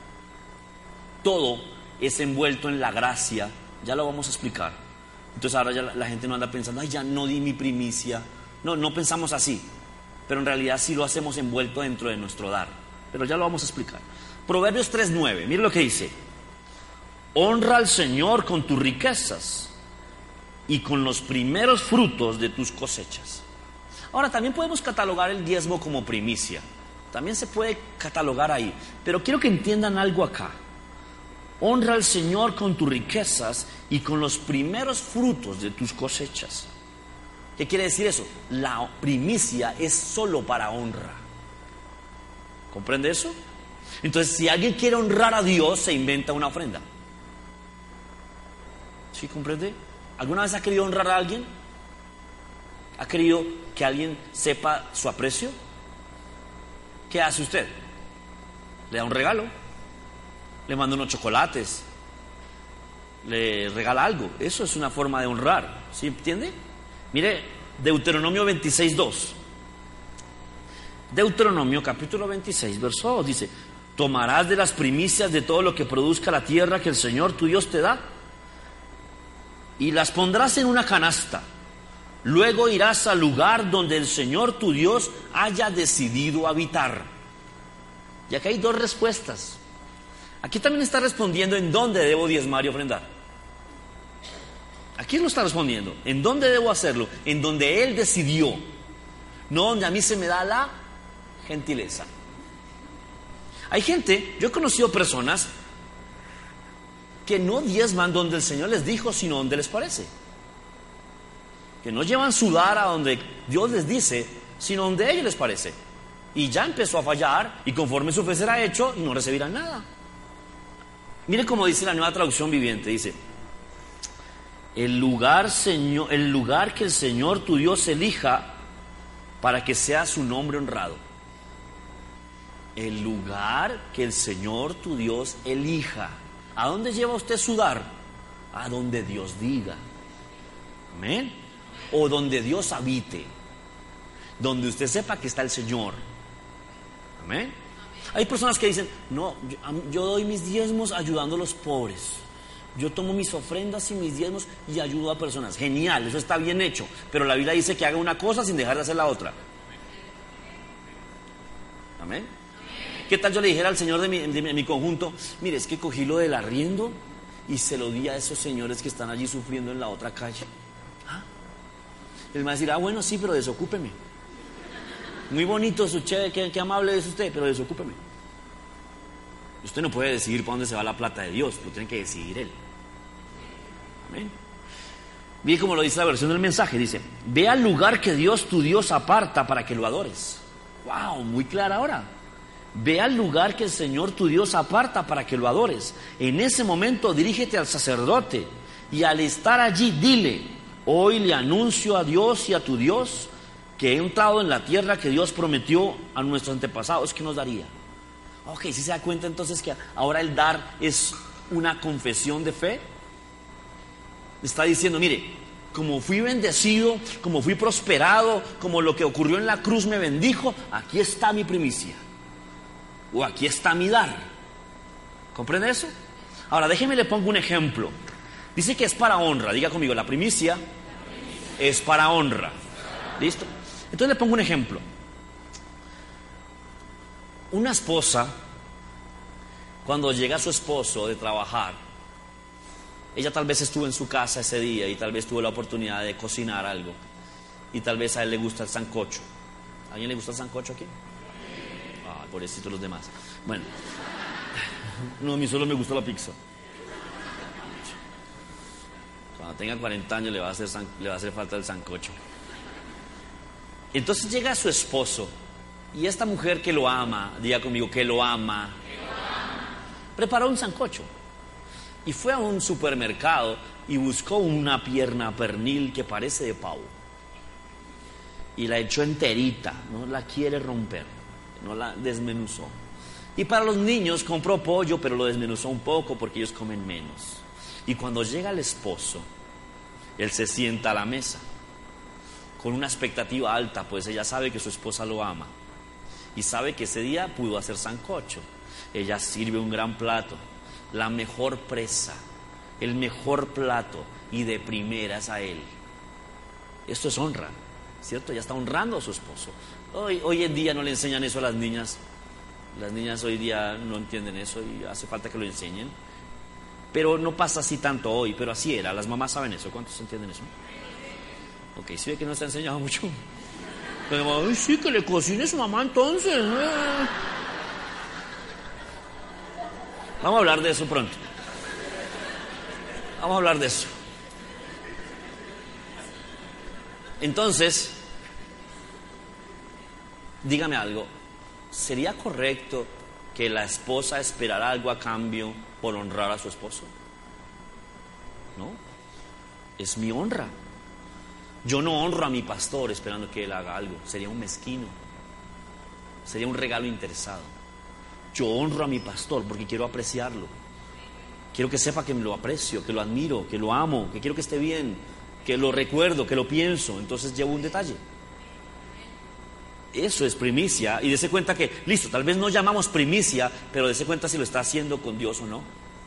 Speaker 2: todo es envuelto en la gracia. Ya lo vamos a explicar. Entonces ahora ya la gente no anda pensando, ay, ya no di mi primicia. No pensamos así, pero en realidad sí lo hacemos envuelto dentro de nuestro dar. Pero ya lo vamos a explicar. Proverbios 3:9, mire lo que dice: honra al Señor con tus riquezas y con los primeros frutos de tus cosechas. Ahora, también podemos catalogar el diezmo como primicia. También se puede catalogar ahí. Pero quiero que entiendan algo acá. Honra al Señor con tus riquezas y con los primeros frutos de tus cosechas. ¿Qué quiere decir eso? La primicia es solo para honra. ¿Comprende eso? Entonces, si alguien quiere honrar a Dios, se inventa una ofrenda. ¿Sí comprende? ¿Alguna vez ha querido honrar a alguien? ¿Ha querido que alguien sepa su aprecio? ¿Qué hace usted? Le da un regalo, le manda unos chocolates, le regala algo. Eso es una forma de honrar. ¿Sí entiende? Mire, Deuteronomio 26:2. Deuteronomio capítulo 26, verso 2 dice: tomarás de las primicias de todo lo que produzca la tierra que el Señor tu Dios te da y las pondrás en una canasta. Luego irás al lugar donde el Señor tu Dios haya decidido habitar. Y aquí hay 2 respuestas. Aquí también está respondiendo en dónde debo diezmar y ofrendar. Aquí lo está respondiendo. ¿En dónde debo hacerlo? En donde Él decidió, no donde a mí se me da la gentileza. Hay gente, yo he conocido personas que no diezman donde el Señor les dijo, sino donde les parece. Que no llevan su dar a donde Dios les dice, sino donde a ellos les parece. Y ya empezó a fallar, y conforme su fe será hecho, no recibirán nada. Mire cómo dice la Nueva Traducción Viviente, dice: el lugar que el Señor tu Dios elija para que sea su nombre honrado. El lugar que el Señor tu Dios elija. ¿A dónde lleva usted su dar? A donde Dios diga. Amén. O donde Dios habite. Donde usted sepa que está el Señor. Amén. Hay personas que dicen: no, yo doy mis diezmos ayudando a los pobres. Yo tomo mis ofrendas y mis diezmos y ayudo a personas. Genial, eso está bien hecho. Pero la Biblia dice que haga una cosa sin dejar de hacer la otra. Amén. ¿Qué tal yo le dijera al señor de mi conjunto, mire, es que cogí lo del arriendo y se lo di a esos señores que están allí sufriendo en la otra calle? ¿Ah? Él me va a decir, bueno, sí, pero desocúpeme. Muy bonito, su chévere, qué amable es usted, pero desocúpeme. Usted no puede decidir para dónde se va la plata de Dios, lo tiene que decidir Él. Amén. Mire cómo lo dice la versión del mensaje, dice, ve al lugar que Dios, tu Dios, aparta para que lo adores. Wow, muy clara ahora. Ve al lugar que el Señor tu Dios aparta para que lo adores. En ese momento dirígete al sacerdote y al estar allí dile, hoy le anuncio a Dios y a tu Dios que he entrado en la tierra que Dios prometió a nuestros antepasados que nos daría. Ok, ¿sí se da cuenta entonces que ahora el dar es una confesión de fe? Está diciendo, mire, como fui bendecido, como fui prosperado, como lo que ocurrió en la cruz me bendijo, aquí está mi primicia. O aquí está mi dar. ¿Comprende eso? Ahora déjeme le pongo un ejemplo. Dice que es para honra. Diga conmigo, la primicia es para honra. ¿Listo? Entonces le pongo un ejemplo. Una esposa, cuando llega su esposo de trabajar, ella tal vez estuvo en su casa ese día y tal vez tuvo la oportunidad de cocinar algo. Y tal vez a él le gusta el sancocho. ¿A alguien le gusta el sancocho aquí? Pobrecito los demás. Bueno, no, a mí solo me gusta la pizza. Cuando tenga 40 años le va a hacer falta el sancocho. Entonces llega su esposo y esta mujer que lo ama, diga conmigo, que lo ama, preparó un sancocho y fue a un supermercado y buscó una pierna pernil que parece de pavo y la echó enterita, no la quiere romper. No la desmenuzó. Y para los niños compró pollo, pero lo desmenuzó un poco porque ellos comen menos. Y cuando llega el esposo, él se sienta a la mesa con una expectativa alta, pues ella sabe que su esposa lo ama y sabe que ese día pudo hacer sancocho. Ella sirve un gran plato, la mejor presa, el mejor plato, y de primeras a él. Esto es honra, ¿cierto? Ella está honrando a su esposo. Hoy en día no le enseñan eso a las niñas. Las niñas hoy día no entienden eso y hace falta que lo enseñen. Pero no pasa así tanto hoy, pero así era. Las mamás saben eso. ¿Cuántos entienden eso? Ok, sí ve que no se ha enseñado mucho. Pero, ay, sí, que le cocine su mamá entonces. Vamos a hablar de eso pronto. Vamos a hablar de eso. Entonces, dígame algo, ¿sería correcto que la esposa esperara algo a cambio por honrar a su esposo? No, es mi honra. Yo no honro a mi pastor esperando que él haga algo, sería un mezquino, sería un regalo interesado. Yo honro a mi pastor porque quiero apreciarlo, quiero que sepa que lo aprecio, que lo admiro, que lo amo, que quiero que esté bien, que lo recuerdo, que lo pienso, entonces llevo un detalle. Eso es primicia, y dése cuenta que, listo, tal vez no llamamos primicia, pero dése cuenta si lo está haciendo con Dios o no.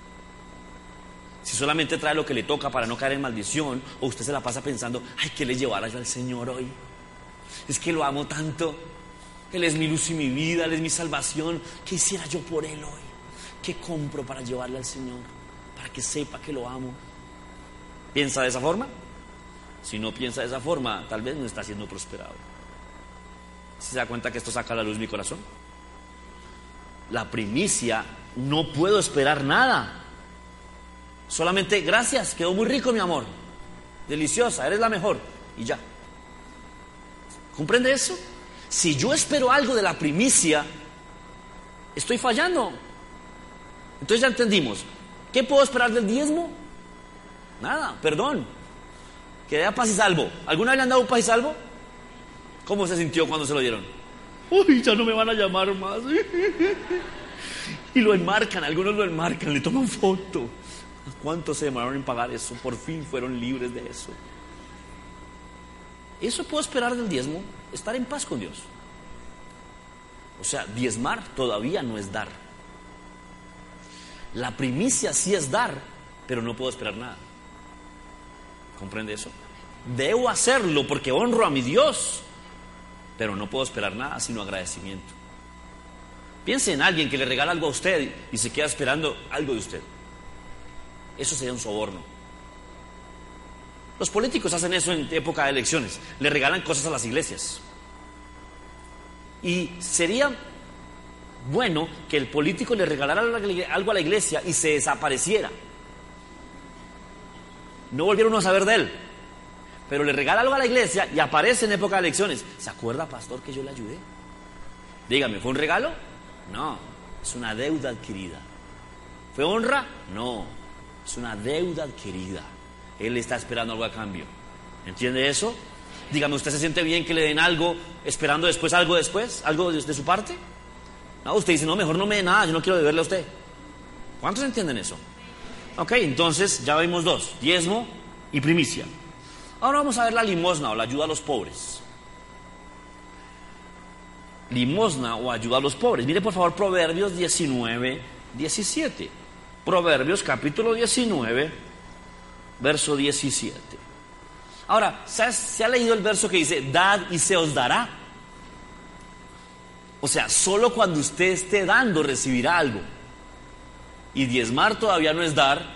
Speaker 2: Si solamente trae lo que le toca para no caer en maldición, o usted se la pasa pensando, ay, ¿qué le llevará yo al Señor hoy? Es que lo amo tanto, Él es mi luz y mi vida, Él es mi salvación, ¿qué hiciera yo por Él hoy? ¿Qué compro para llevarle al Señor? Para que sepa que lo amo. ¿Piensa de esa forma? Si no piensa de esa forma, tal vez no está siendo prosperado. ¿Se da cuenta que esto saca a la luz mi corazón? La primicia, no puedo esperar nada. Solamente, gracias, quedó muy rico mi amor, deliciosa, eres la mejor, y ya. ¿Comprende eso? Si yo espero algo de la primicia, estoy fallando. Entonces ya entendimos. ¿Qué puedo esperar del diezmo? Nada, perdón. Quedé a paz y salvo. ¿Alguna vez le han dado un paz y salvo? ¿Cómo se sintió cuando se lo dieron? Uy, ya no me van a llamar más. Y lo enmarcan, algunos lo enmarcan, le toman foto. ¿Cuántos se demoraron en pagar eso? Por fin fueron libres de eso. Eso puedo esperar del diezmo, estar en paz con Dios. O sea, diezmar todavía no es dar. La primicia sí es dar, pero no puedo esperar nada. ¿Comprende eso? Debo hacerlo porque honro a mi Dios, pero no puedo esperar nada sino agradecimiento. Piense en alguien que le regala algo a usted y se queda esperando algo de usted. Eso sería un soborno. Los políticos hacen eso en época de elecciones. Le regalan cosas a las iglesias. Y sería bueno que el político le regalara algo a la iglesia y se desapareciera. No volviera uno a saber de él. Pero le regala algo a la iglesia y aparece en época de elecciones. ¿Se acuerda, pastor, que yo le ayudé? Dígame, ¿fue un regalo? No, es una deuda adquirida. ¿Fue honra? No, es una deuda adquirida. Él está esperando algo a cambio. ¿Entiende eso? Dígame, ¿usted se siente bien que le den algo esperando después? ¿Algo de su parte? No, usted dice, no, mejor no me dé nada, yo no quiero deberle a usted. ¿Cuántos entienden eso? Ok, entonces ya vimos dos, diezmo y primicia. Ahora vamos a ver la limosna o la ayuda a los pobres. Limosna o ayuda a los pobres. Mire por favor Proverbios 19, 17. Proverbios capítulo 19, verso 17. Ahora, ¿se ha leído el verso que dice, dad y se os dará? O sea, solo cuando usted esté dando recibirá algo. Y diezmar todavía no es dar.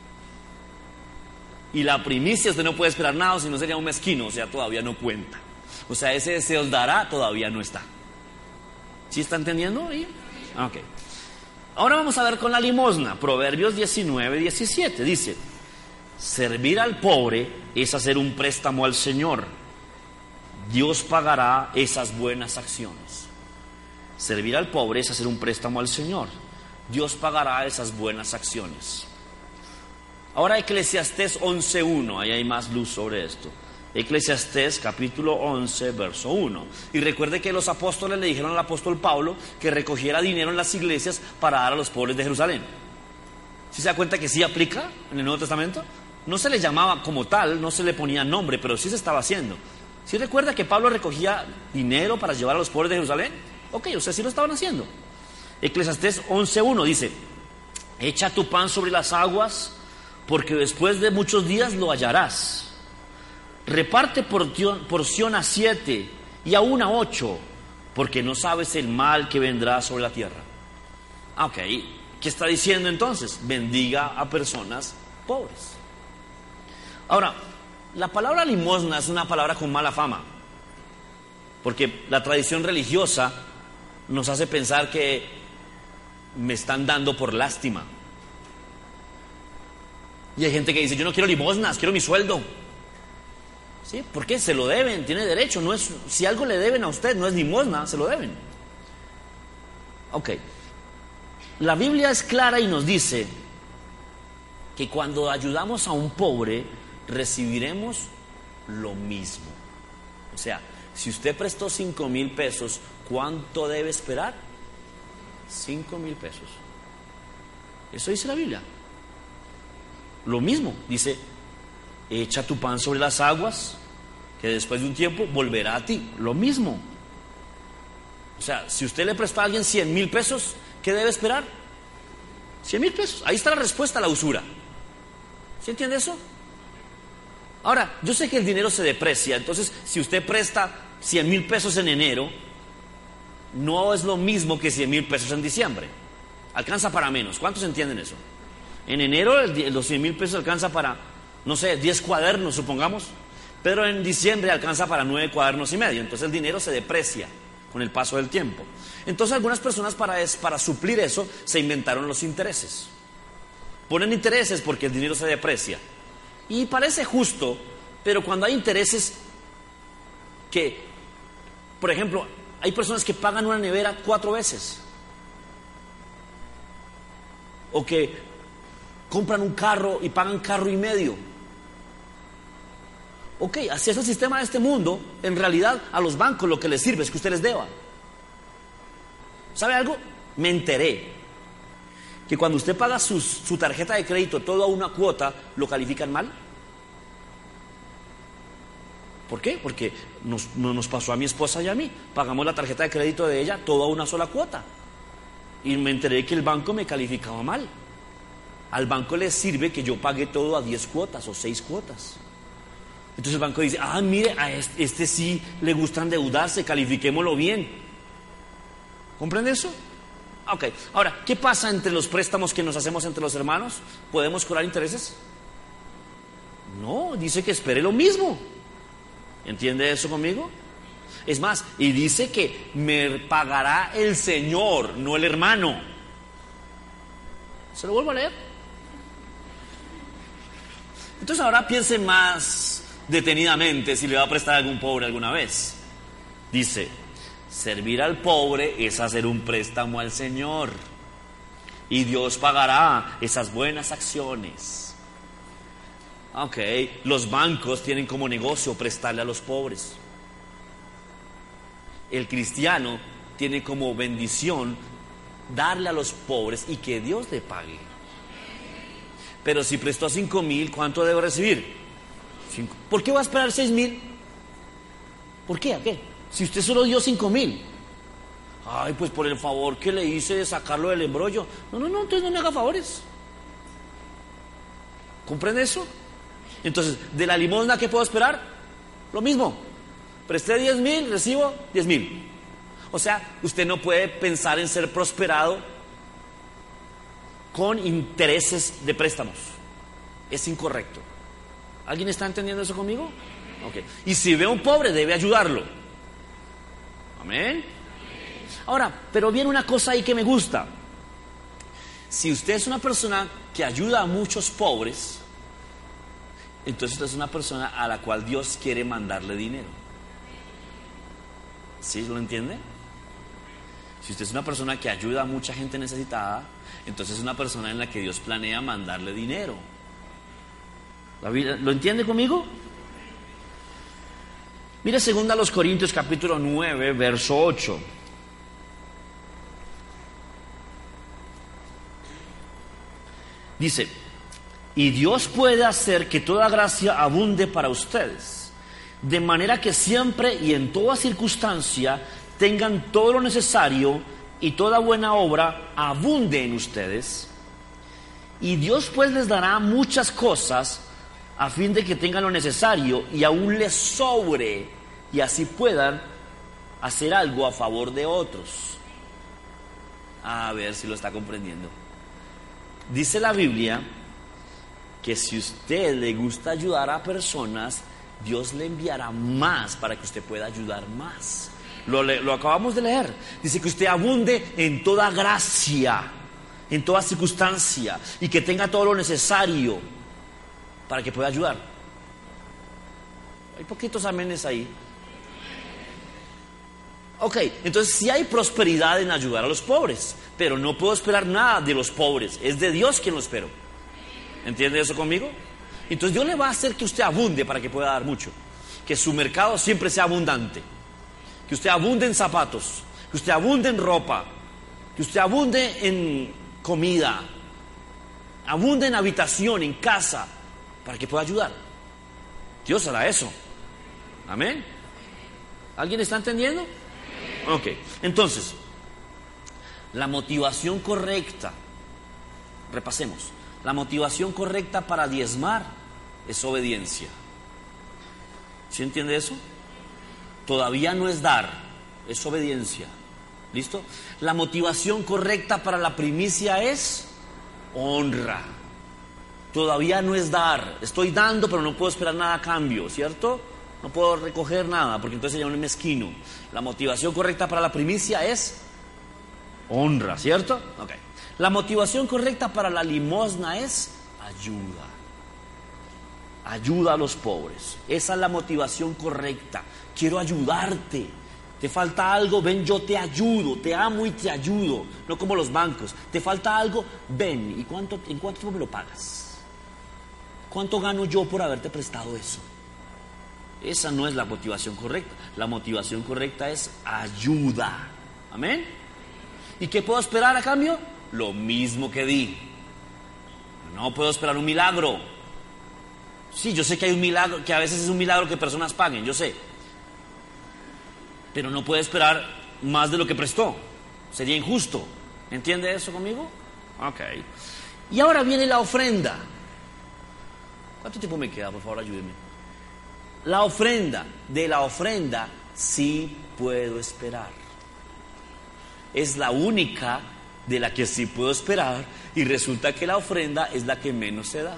Speaker 2: Y la primicia usted no puede esperar nada, si no sería un mezquino, o sea, todavía no cuenta. O sea, ese se os dará todavía no está. ¿Sí está entendiendo? Ok. Ahora vamos a ver con la limosna. Proverbios 19, 17. Dice, servir al pobre es hacer un préstamo al Señor. Dios pagará esas buenas acciones. Servir al pobre es hacer un préstamo al Señor. Dios pagará esas buenas acciones. Ahora Eclesiastés 11.1, ahí hay más luz sobre esto. Eclesiastés capítulo 11, verso 1. Y recuerde que los apóstoles le dijeron al apóstol Pablo que recogiera dinero en las iglesias para dar a los pobres de Jerusalén. ¿Sí se da cuenta que sí aplica en el Nuevo Testamento? No se le llamaba como tal, no se le ponía nombre, pero sí se estaba haciendo. ¿Sí recuerda que Pablo recogía dinero para llevar a los pobres de Jerusalén? Ok, o sea, sí lo estaban haciendo. Eclesiastés 11.1 dice, echa tu pan sobre las aguas, porque después de muchos días lo hallarás. Reparte porción a 7 y aún a 8, porque no sabes el mal que vendrá sobre la tierra. Ok, ¿qué está diciendo entonces? Bendiga a personas pobres. Ahora, la palabra limosna es una palabra con mala fama, porque la tradición religiosa nos hace pensar que me están dando por lástima. Y hay gente que dice, yo no quiero limosnas, quiero mi sueldo. ¿Sí? ¿Por qué? Se lo deben, tiene derecho. No es, si algo le deben a usted, no es limosna, se lo deben. Ok. La Biblia es clara y nos dice que cuando ayudamos a un pobre, recibiremos lo mismo. O sea, si usted prestó 5,000 pesos, ¿cuánto debe esperar? 5,000 pesos. Eso dice la Biblia. Lo mismo, dice, echa tu pan sobre las aguas, que después de un tiempo volverá a ti. Lo mismo. O sea, si usted le prestó a alguien 100,000 pesos, ¿qué debe esperar? 100,000 pesos. Ahí está la respuesta a la usura. ¿Sí entiende eso? Ahora, yo sé que el dinero se deprecia, entonces si usted presta 100,000 pesos en enero, no es lo mismo que 100,000 pesos en diciembre. Alcanza para menos. ¿Cuántos entienden eso? En enero los 100,000 pesos alcanza para, no sé, 10 cuadernos, supongamos, pero en diciembre alcanza para 9 cuadernos y medio. Entonces el dinero se deprecia con el paso del tiempo. Entonces algunas personas para suplir eso se inventaron los intereses. Ponen intereses porque el dinero se deprecia. Y parece justo, pero cuando hay intereses que, por ejemplo, hay personas que pagan una nevera 4 veces. O que compran un carro y pagan carro y medio. Ok, así es el sistema de este mundo. En realidad a los bancos lo que les sirve es que usted les deba. ¿Sabe algo? Me enteré que cuando usted paga su tarjeta de crédito todo a una cuota, lo califican mal. ¿Por qué? Porque nos pasó a mi esposa y a mí. Pagamos la tarjeta de crédito de ella todo a una sola cuota. Y me enteré que el banco me calificaba mal. Al banco le sirve que yo pague todo a 10 cuotas o 6 cuotas. Entonces el banco dice, mire, a este sí le gusta endeudarse, califiquémoslo bien. ¿Comprende eso? Ok, ahora, ¿qué pasa entre los préstamos que nos hacemos entre los hermanos? ¿Podemos cobrar intereses? No, dice que espere lo mismo. ¿Entiende eso conmigo? Es más, y dice que me pagará el Señor, no el hermano. ¿Se lo vuelvo a leer? Entonces ahora piense más detenidamente si le va a prestar a algún pobre alguna vez. Dice, servir al pobre es hacer un préstamo al Señor. Y Dios pagará esas buenas acciones. Ok, los bancos tienen como negocio prestarle a los pobres. El cristiano tiene como bendición darle a los pobres y que Dios le pague. Pero si prestó 5,000, ¿cuánto debe recibir? 5. ¿Por qué va a esperar 6,000? ¿Por qué? ¿A qué? Si usted solo dio 5,000. Ay, pues por el favor que le hice de sacarlo del embrollo. No, entonces no me haga favores. ¿Comprende eso? Entonces, de la limosna, ¿qué puedo esperar? Lo mismo. Presté 10,000, recibo 10,000. O sea, usted no puede pensar en ser prosperado con intereses de préstamos. Es incorrecto. ¿Alguien está entendiendo eso conmigo? Ok. Y si ve a un pobre, debe ayudarlo. Amén. Ahora, pero viene una cosa ahí que me gusta. Si usted es una persona que ayuda a muchos pobres, entonces usted es una persona a la cual Dios quiere mandarle dinero. ¿Sí lo entiende? Si usted es una persona que ayuda a mucha gente necesitada, entonces es una persona en la que Dios planea mandarle dinero. ¿Lo entiende conmigo? Mire 2 Corintios capítulo 9, verso 8. Dice, y Dios puede hacer que toda gracia abunde para ustedes, de manera que siempre y en toda circunstancia tengan todo lo necesario y toda buena obra abunde en ustedes. Y Dios pues les dará muchas cosas a fin de que tengan lo necesario y aún les sobre y así puedan hacer algo a favor de otros. A ver si lo está comprendiendo. Dice la Biblia que si usted le gusta ayudar a personas, Dios le enviará más para que usted pueda ayudar más. Lo acabamos de leer. Dice que usted abunde en toda gracia, en toda circunstancia, y que tenga todo lo necesario para que pueda ayudar. Hay poquitos amenes ahí. Ok, entonces sí hay prosperidad en ayudar a los pobres, pero no puedo esperar nada de los pobres. Es de Dios quien lo espero. ¿Entiende eso conmigo? Entonces Dios le va a hacer que usted abunde para que pueda dar mucho. Que su mercado siempre sea abundante. Que usted abunde en zapatos. Que usted abunde en ropa. Que usted abunde en comida. Abunde en habitación, en casa, para que pueda ayudar. Dios hará eso. Amén. ¿Alguien está entendiendo? Ok, entonces, la motivación correcta, repasemos, la motivación correcta para diezmar es obediencia. ¿Sí entiende eso? Todavía no es dar, es obediencia. ¿Listo? La motivación correcta para la primicia es honra. Todavía no es dar, estoy dando pero no puedo esperar nada a cambio, ¿cierto? No puedo recoger nada porque entonces sería un mezquino. La motivación correcta para la primicia es honra, ¿cierto? Ok. La motivación correcta para la limosna es ayuda. Ayuda a los pobres. Esa es la motivación correcta. Quiero ayudarte. Te falta algo, ven, yo te ayudo. Te amo y te ayudo. No como los bancos. Te falta algo, ven. ¿Y en cuánto tiempo me lo pagas? ¿Cuánto gano yo por haberte prestado eso? Esa no es la motivación correcta. La motivación correcta es ayuda. ¿Amén? ¿Y qué puedo esperar a cambio? Lo mismo que di. No puedo esperar un milagro. Sí, yo sé que hay un milagro, que a veces es un milagro que personas paguen, yo sé. Pero no puedo esperar más de lo que prestó. Sería injusto. ¿Entiende eso conmigo? Ok. Y ahora viene la ofrenda. ¿Cuánto tiempo me queda? Por favor, ayúdenme. La ofrenda, de la ofrenda sí puedo esperar. Es la única de la que sí puedo esperar, y resulta que la ofrenda es la que menos se da.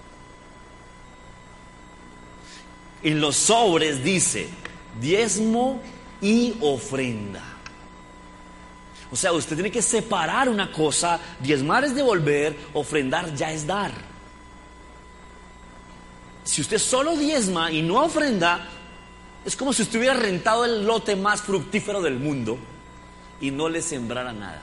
Speaker 2: En los sobres dice diezmo y ofrenda. O sea, usted tiene que separar una cosa. Diezmar es devolver, ofrendar ya es dar. Si usted solo diezma y no ofrenda, es como si usted hubiera rentado el lote más fructífero del mundo y no le sembrara nada.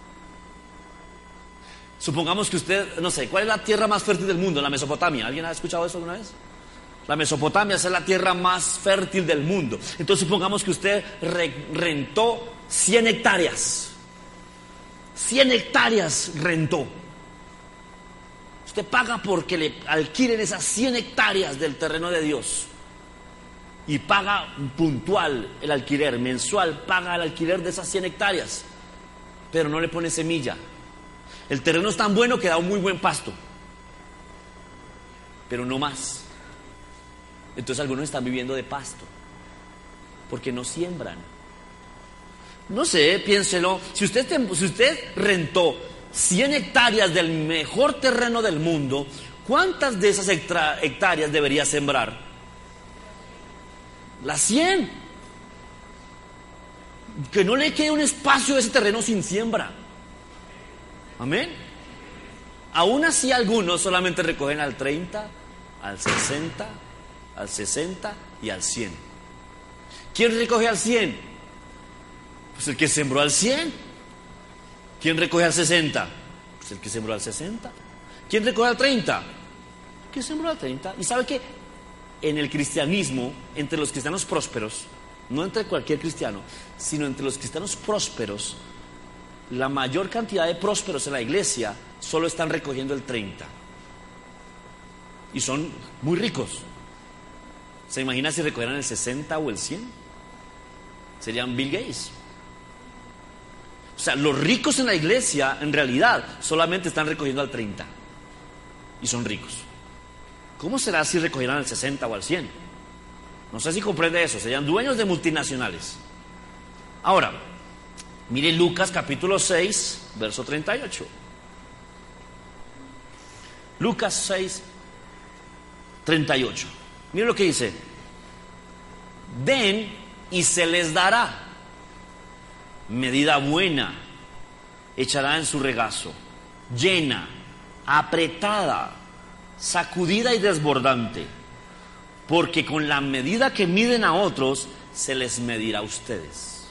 Speaker 2: Supongamos que usted, no sé, ¿cuál es la tierra más fértil del mundo? La Mesopotamia. ¿Alguien ha escuchado eso alguna vez? La Mesopotamia es la tierra más fértil del mundo. Entonces supongamos que usted rentó 100 hectáreas. 100 hectáreas rentó. Usted paga porque le alquilen esas 100 hectáreas del terreno de Dios. Y paga puntual el alquiler, mensual paga el alquiler de esas 100 hectáreas. Pero no le pone semilla. El terreno es tan bueno que da un muy buen pasto. Pero no más. Entonces algunos están viviendo de pasto. Porque no siembran. No sé, piénselo. Si usted rentó 100 hectáreas del mejor terreno del mundo, ¿cuántas de esas hectáreas debería sembrar? Las 100. Que no le quede un espacio de ese terreno sin siembra. Amén. Aún así algunos solamente recogen al 30, al 60, al 60 y al 100. ¿Quién recoge al 100? Pues el que sembró al 100. ¿Quién recoge al 60? Pues el que sembró al 60. ¿Quién recoge al 30? El que sembró al 30. Y sabe que en el cristianismo, entre los cristianos prósperos, no entre cualquier cristiano, sino entre los cristianos prósperos, la mayor cantidad de prósperos en la iglesia solo están recogiendo el 30. Y son muy ricos. ¿Se imagina si recogieran el 60 o el 100? Serían Bill Gates. O sea, los ricos en la iglesia, en realidad, solamente están recogiendo al 30. Y son ricos. ¿Cómo será si recogieran al 60 o al 100? No sé si comprende eso. Serían dueños de multinacionales. Ahora, mire Lucas capítulo 6, verso 38. Lucas 6, 38. Mire lo que dice. Den y se les dará. Medida buena echará en su regazo, llena, apretada, sacudida y desbordante, porque con la medida que miden a otros se les medirá a ustedes.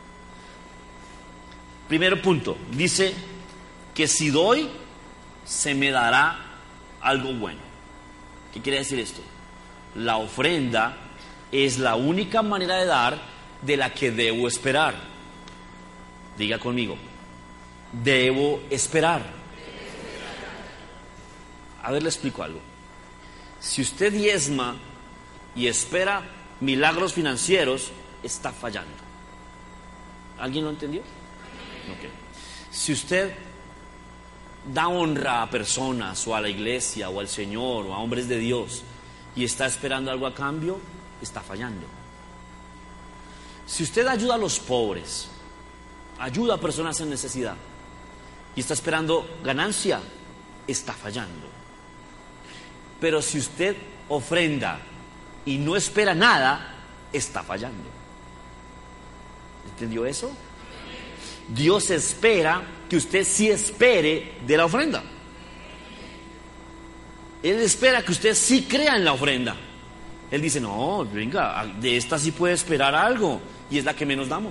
Speaker 2: Primer punto, dice que si doy se me dará algo bueno. ¿Qué quiere decir esto? La ofrenda es la única manera de dar de la que debo esperar. Diga conmigo, debo esperar. A ver, le explico algo. Si usted diezma y espera milagros financieros, está fallando. ¿Alguien lo entendió? Okay. Si usted da honra a personas o a la iglesia o al Señor o a hombres de Dios y está esperando algo a cambio, está fallando. Si usted ayuda a los pobres, ayuda a personas en necesidad y está esperando ganancia, está fallando. Pero si usted ofrenda y no espera nada, está fallando. ¿Entendió eso? Dios espera que usted sí espere de la ofrenda. Él espera que usted sí crea en la ofrenda. Él dice, no, venga, de esta sí puede esperar algo, y es la que menos damos.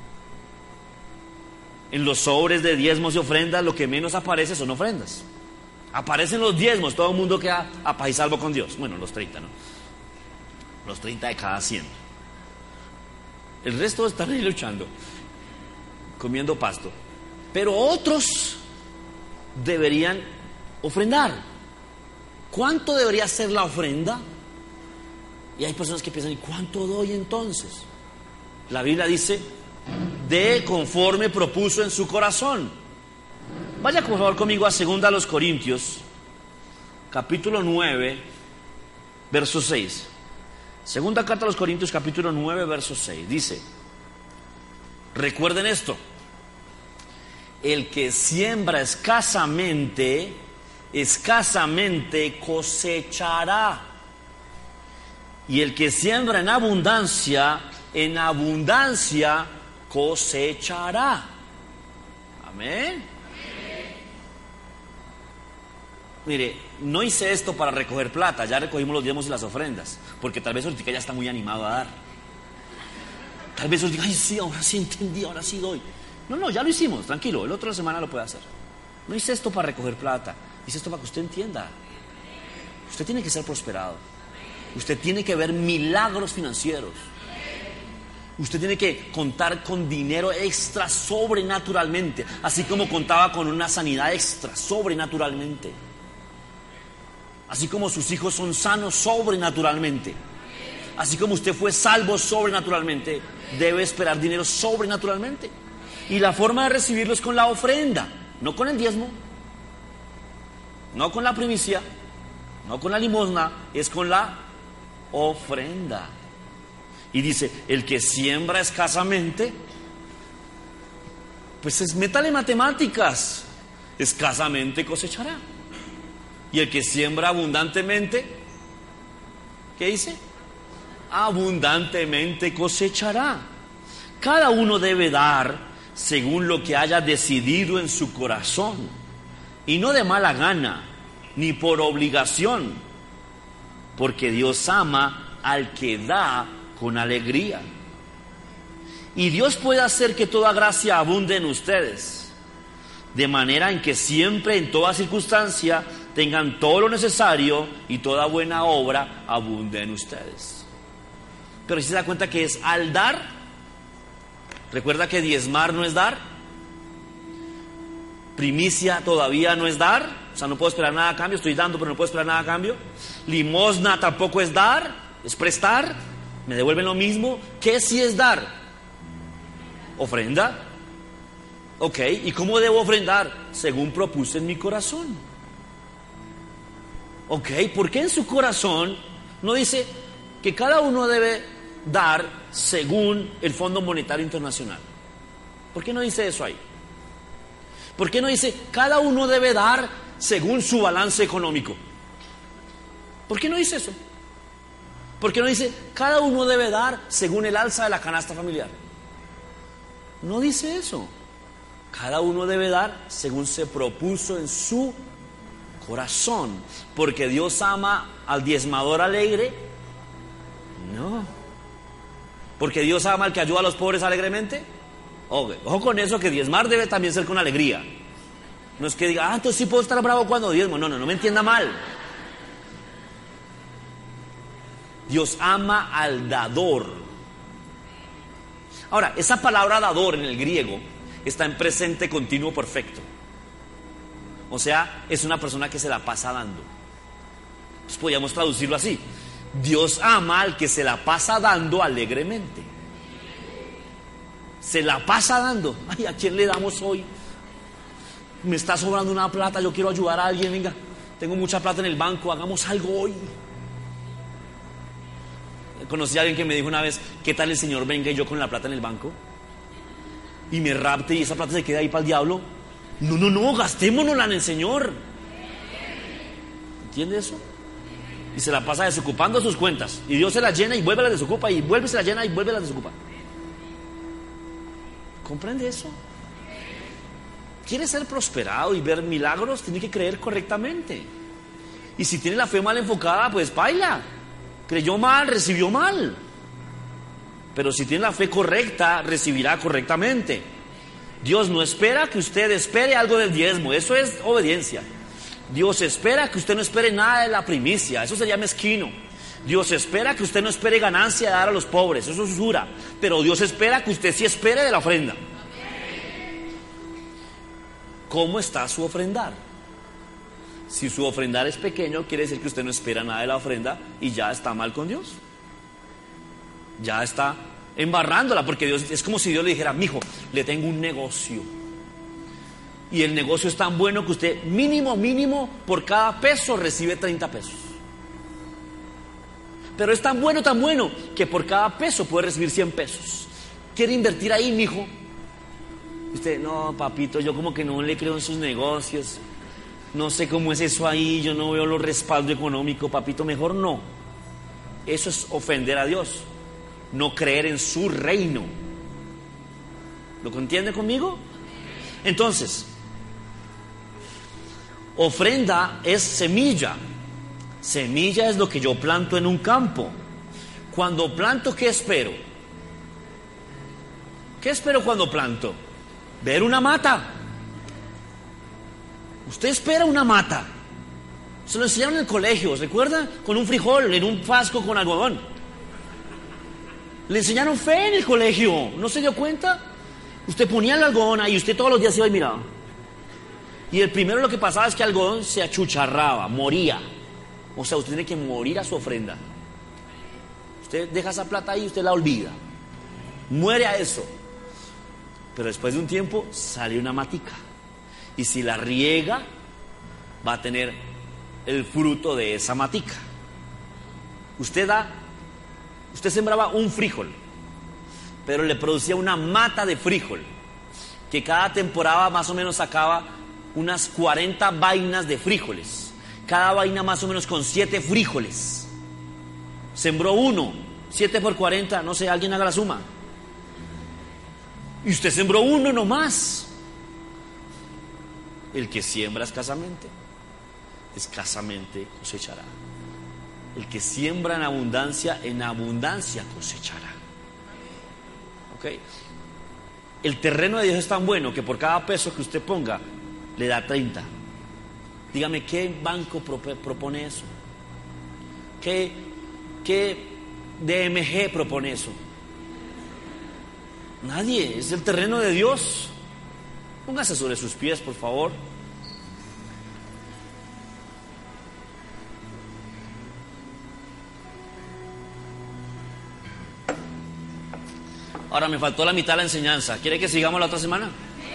Speaker 2: En los sobres de diezmos y ofrendas lo que menos aparece son ofrendas. Aparecen los diezmos, todo el mundo queda a paz y salvo con Dios. Bueno, los 30, ¿no? Los 30 de cada 100. El resto están ahí luchando, comiendo pasto. Pero otros deberían ofrendar. ¿Cuánto debería ser la ofrenda? Y hay personas que piensan, ¿y cuánto doy entonces? La Biblia dice, dé conforme propuso en su corazón. Vaya por favor conmigo a 2 Corintios, capítulo 9, verso 6. Segunda carta a los Corintios, capítulo 9, verso 6. Dice, recuerden esto: el que siembra escasamente cosechará. Y el que siembra en abundancia cosechará. Amén. Mire, no hice esto para recoger plata, ya recogimos los diezmos y las ofrendas, porque tal vez ahorita ya está muy animado a dar. Tal vez ahorita, ay sí, ahora sí entendí, ahora sí doy. No, ya lo hicimos, tranquilo, el otro la semana lo puede hacer. No hice esto para recoger plata, hice esto para que usted entienda. Usted tiene que ser prosperado. Usted tiene que ver milagros financieros. Usted tiene que contar con dinero extra sobrenaturalmente, así como contaba con una sanidad extra sobrenaturalmente. Así como sus hijos son sanos sobrenaturalmente. Así como usted fue salvo sobrenaturalmente, debe esperar dinero sobrenaturalmente. Y la forma de recibirlo es con la ofrenda, no con el diezmo, no con la primicia, no con la limosna, es con la ofrenda. Y dice, el que siembra escasamente, pues métale matemáticas, escasamente cosechará. Y el que siembra abundantemente, ¿qué dice? Abundantemente cosechará. Cada uno debe dar según lo que haya decidido en su corazón, y no de mala gana, ni por obligación, porque Dios ama al que da con alegría. Y Dios puede hacer que toda gracia abunde en ustedes, de manera en que siempre, en toda circunstancia, tengan todo lo necesario y toda buena obra abunde en ustedes. Pero si se da cuenta que es al dar. Recuerda que diezmar no es dar. Primicia todavía no es dar. O sea, no puedo esperar nada a cambio. Estoy dando, pero no puedo esperar nada a cambio. Limosna tampoco es dar, es prestar. Me devuelven lo mismo. ¿Qué sí es dar? Ofrenda. Ok, ¿y cómo debo ofrendar? Según propuse en mi corazón. Ok, ¿por qué en su corazón no dice que cada uno debe dar según el Fondo Monetario Internacional? ¿Por qué no dice eso ahí? ¿Por qué no dice cada uno debe dar según su balance económico? ¿Por qué no dice eso? ¿Por qué no dice cada uno debe dar según el alza de la canasta familiar? No dice eso. Cada uno debe dar según se propuso en su corazón. Porque Dios ama al diezmador alegre. No. Porque Dios ama al que ayuda a los pobres alegremente. Ojo con eso, que diezmar debe también ser con alegría. No es que diga, entonces sí puedo estar bravo cuando diezmo. No me entienda mal. Dios ama al dador. Ahora, esa palabra dador en el griego está en presente continuo perfecto. O sea, es una persona que se la pasa dando. Entonces podríamos traducirlo así: Dios ama al que se la pasa dando alegremente. Se la pasa dando. Ay, ¿a quién le damos hoy? Me está sobrando una plata, yo quiero ayudar a alguien. Venga, tengo mucha plata en el banco, hagamos algo hoy. Conocí a alguien que me dijo una vez, ¿qué tal el Señor venga y yo con la plata en el banco? Y me rapte y esa plata se queda ahí para el diablo. No, gastémonosla en el Señor. ¿Entiende eso? Y se la pasa desocupando sus cuentas. Y Dios se la llena y vuelve a la desocupa. Y vuelve, se la llena y vuelve a la desocupa. ¿Comprende eso? ¿Quiere ser prosperado y ver milagros? Tiene que creer correctamente. Y si tiene la fe mal enfocada, pues baila. Creyó mal, recibió mal. Pero si tiene la fe correcta, recibirá correctamente. Dios no espera que usted espere algo del diezmo. Eso es obediencia. Dios espera que usted no espere nada de la primicia. Eso se llama mezquino. Dios espera que usted no espere ganancia de dar a los pobres. Eso es usura. Pero Dios espera que usted sí espere de la ofrenda. ¿Cómo está su ofrendar? Si su ofrendar es pequeño, quiere decir que usted no espera nada de la ofrenda y ya está mal con Dios. Ya está embarrándola, porque Dios, es como si Dios le dijera, mijo, le tengo un negocio. Y el negocio es tan bueno que usted mínimo, por cada peso recibe 30 pesos. Pero es tan bueno, que por cada peso puede recibir 100 pesos. ¿Quiere invertir ahí, mijo? Usted, no, papito, yo como que no le creo en sus negocios. No sé cómo es eso ahí, yo no veo los respaldo económico, papito, mejor no. Eso es ofender a Dios, no creer en su reino. ¿Lo entiende conmigo? Entonces, ofrenda es semilla. Semilla es lo que yo planto en un campo. Cuando planto, ¿qué espero? ¿Qué espero cuando planto? Ver una mata. Usted espera una mata. Se lo enseñaron en el colegio, ¿recuerda? Con un frijol, en un frasco con algodón. Le enseñaron fe en el colegio. ¿No se dio cuenta? Usted ponía el algodón ahí y usted todos los días iba y miraba. Y el primero lo que pasaba es que el algodón se achucharraba, moría. O sea, usted tiene que morir a su ofrenda. Usted deja esa plata ahí y usted la olvida. Muere a eso. Pero después de un tiempo sale una matica. Y si la riega, va a tener el fruto de esa matica. Usted sembraba un frijol, pero le producía una mata de frijol, que cada temporada más o menos sacaba unas 40 vainas de frijoles. Cada vaina más o menos con 7 frijoles. Sembró uno, 7 por 40, no sé, alguien haga la suma. Y usted sembró uno nomás. El que siembra escasamente cosechará. El que siembra en abundancia cosechará. ¿Ok? El terreno de Dios es tan bueno que por cada peso que usted ponga, le da 30. Dígame, ¿qué banco propone eso? ¿Qué DMG propone eso? Nadie, es el terreno de Dios. Póngase sobre sus pies, por favor. Ahora me faltó la mitad de la enseñanza. ¿Quiere que sigamos la otra semana?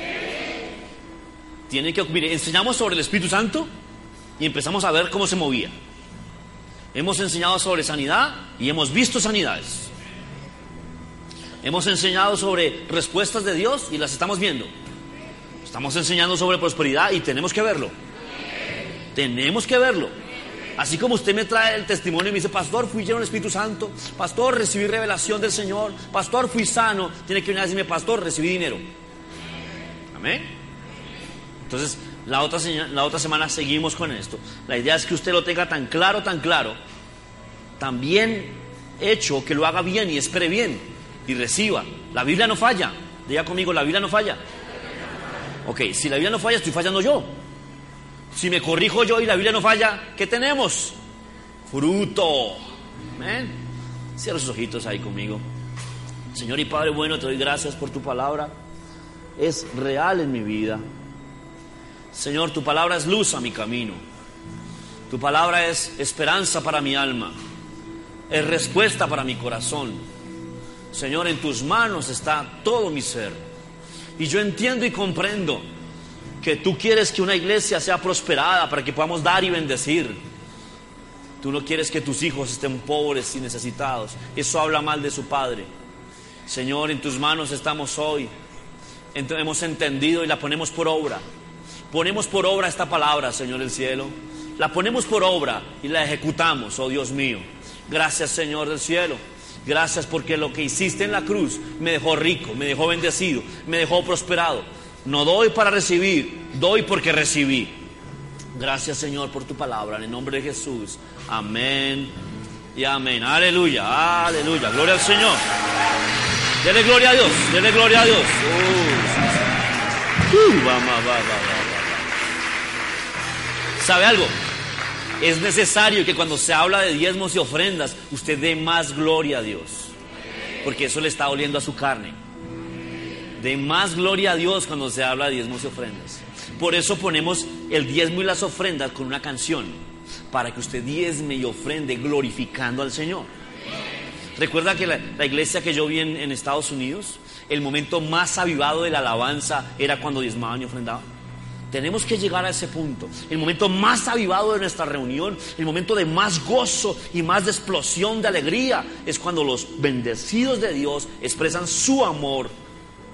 Speaker 2: Tiene que, mire, enseñamos sobre el Espíritu Santo y empezamos a ver cómo se movía. Hemos enseñado sobre sanidad y hemos visto sanidades. Hemos enseñado sobre respuestas de Dios y las estamos viendo. Estamos enseñando sobre prosperidad y tenemos que verlo. Tenemos que verlo. Así como usted me trae el testimonio y me dice, pastor, fui lleno del Espíritu Santo, pastor, recibí revelación del Señor, pastor, fui sano, tiene que venir a decirme, pastor, recibí dinero. Amén. Entonces, la otra semana seguimos con esto. La idea es que usted lo tenga tan claro, tan bien hecho, que lo haga bien y espere bien y reciba. La Biblia no falla. Diga conmigo, la Biblia no falla. Ok, si la Biblia no falla, estoy fallando yo. Si me corrijo yo y la Biblia no falla, ¿qué tenemos? Fruto. Amén. Cierra sus ojitos ahí conmigo. Señor y Padre bueno, te doy gracias por tu palabra. Es real en mi vida. Señor, tu palabra es luz a mi camino. Tu palabra es esperanza para mi alma. Es respuesta para mi corazón. Señor, en tus manos está todo mi ser. Y yo entiendo y comprendo que tú quieres que una iglesia sea prosperada para que podamos dar y bendecir. Tú no quieres que tus hijos estén pobres y necesitados. Eso habla mal de su padre. Señor, en tus manos estamos hoy. Hemos entendido y la ponemos por obra. Ponemos por obra esta palabra, Señor del cielo. La ponemos por obra y la ejecutamos, oh Dios mío. Gracias, Señor del cielo. Gracias porque lo que hiciste en la cruz me dejó rico, me dejó bendecido, me dejó prosperado. No doy para recibir, doy porque recibí. Gracias, Señor, por tu palabra. En el nombre de Jesús. Amén y amén. Aleluya, aleluya. Gloria al Señor. Dele gloria a Dios, dele gloria a Dios. ¿Sabe algo? Es necesario que cuando se habla de diezmos y ofrendas, usted dé más gloria a Dios, porque eso le está doliendo a su carne. Dé más gloria a Dios cuando se habla de diezmos y ofrendas. Por eso ponemos el diezmo y las ofrendas con una canción, para que usted diezme y ofrende glorificando al Señor. Recuerda que la iglesia que yo vi en Estados Unidos, el momento más avivado de la alabanza era cuando diezmaban y ofrendaban. Tenemos que llegar a ese punto. El momento más avivado de nuestra reunión, el momento de más gozo y más de explosión de alegría, es cuando los bendecidos de Dios expresan su amor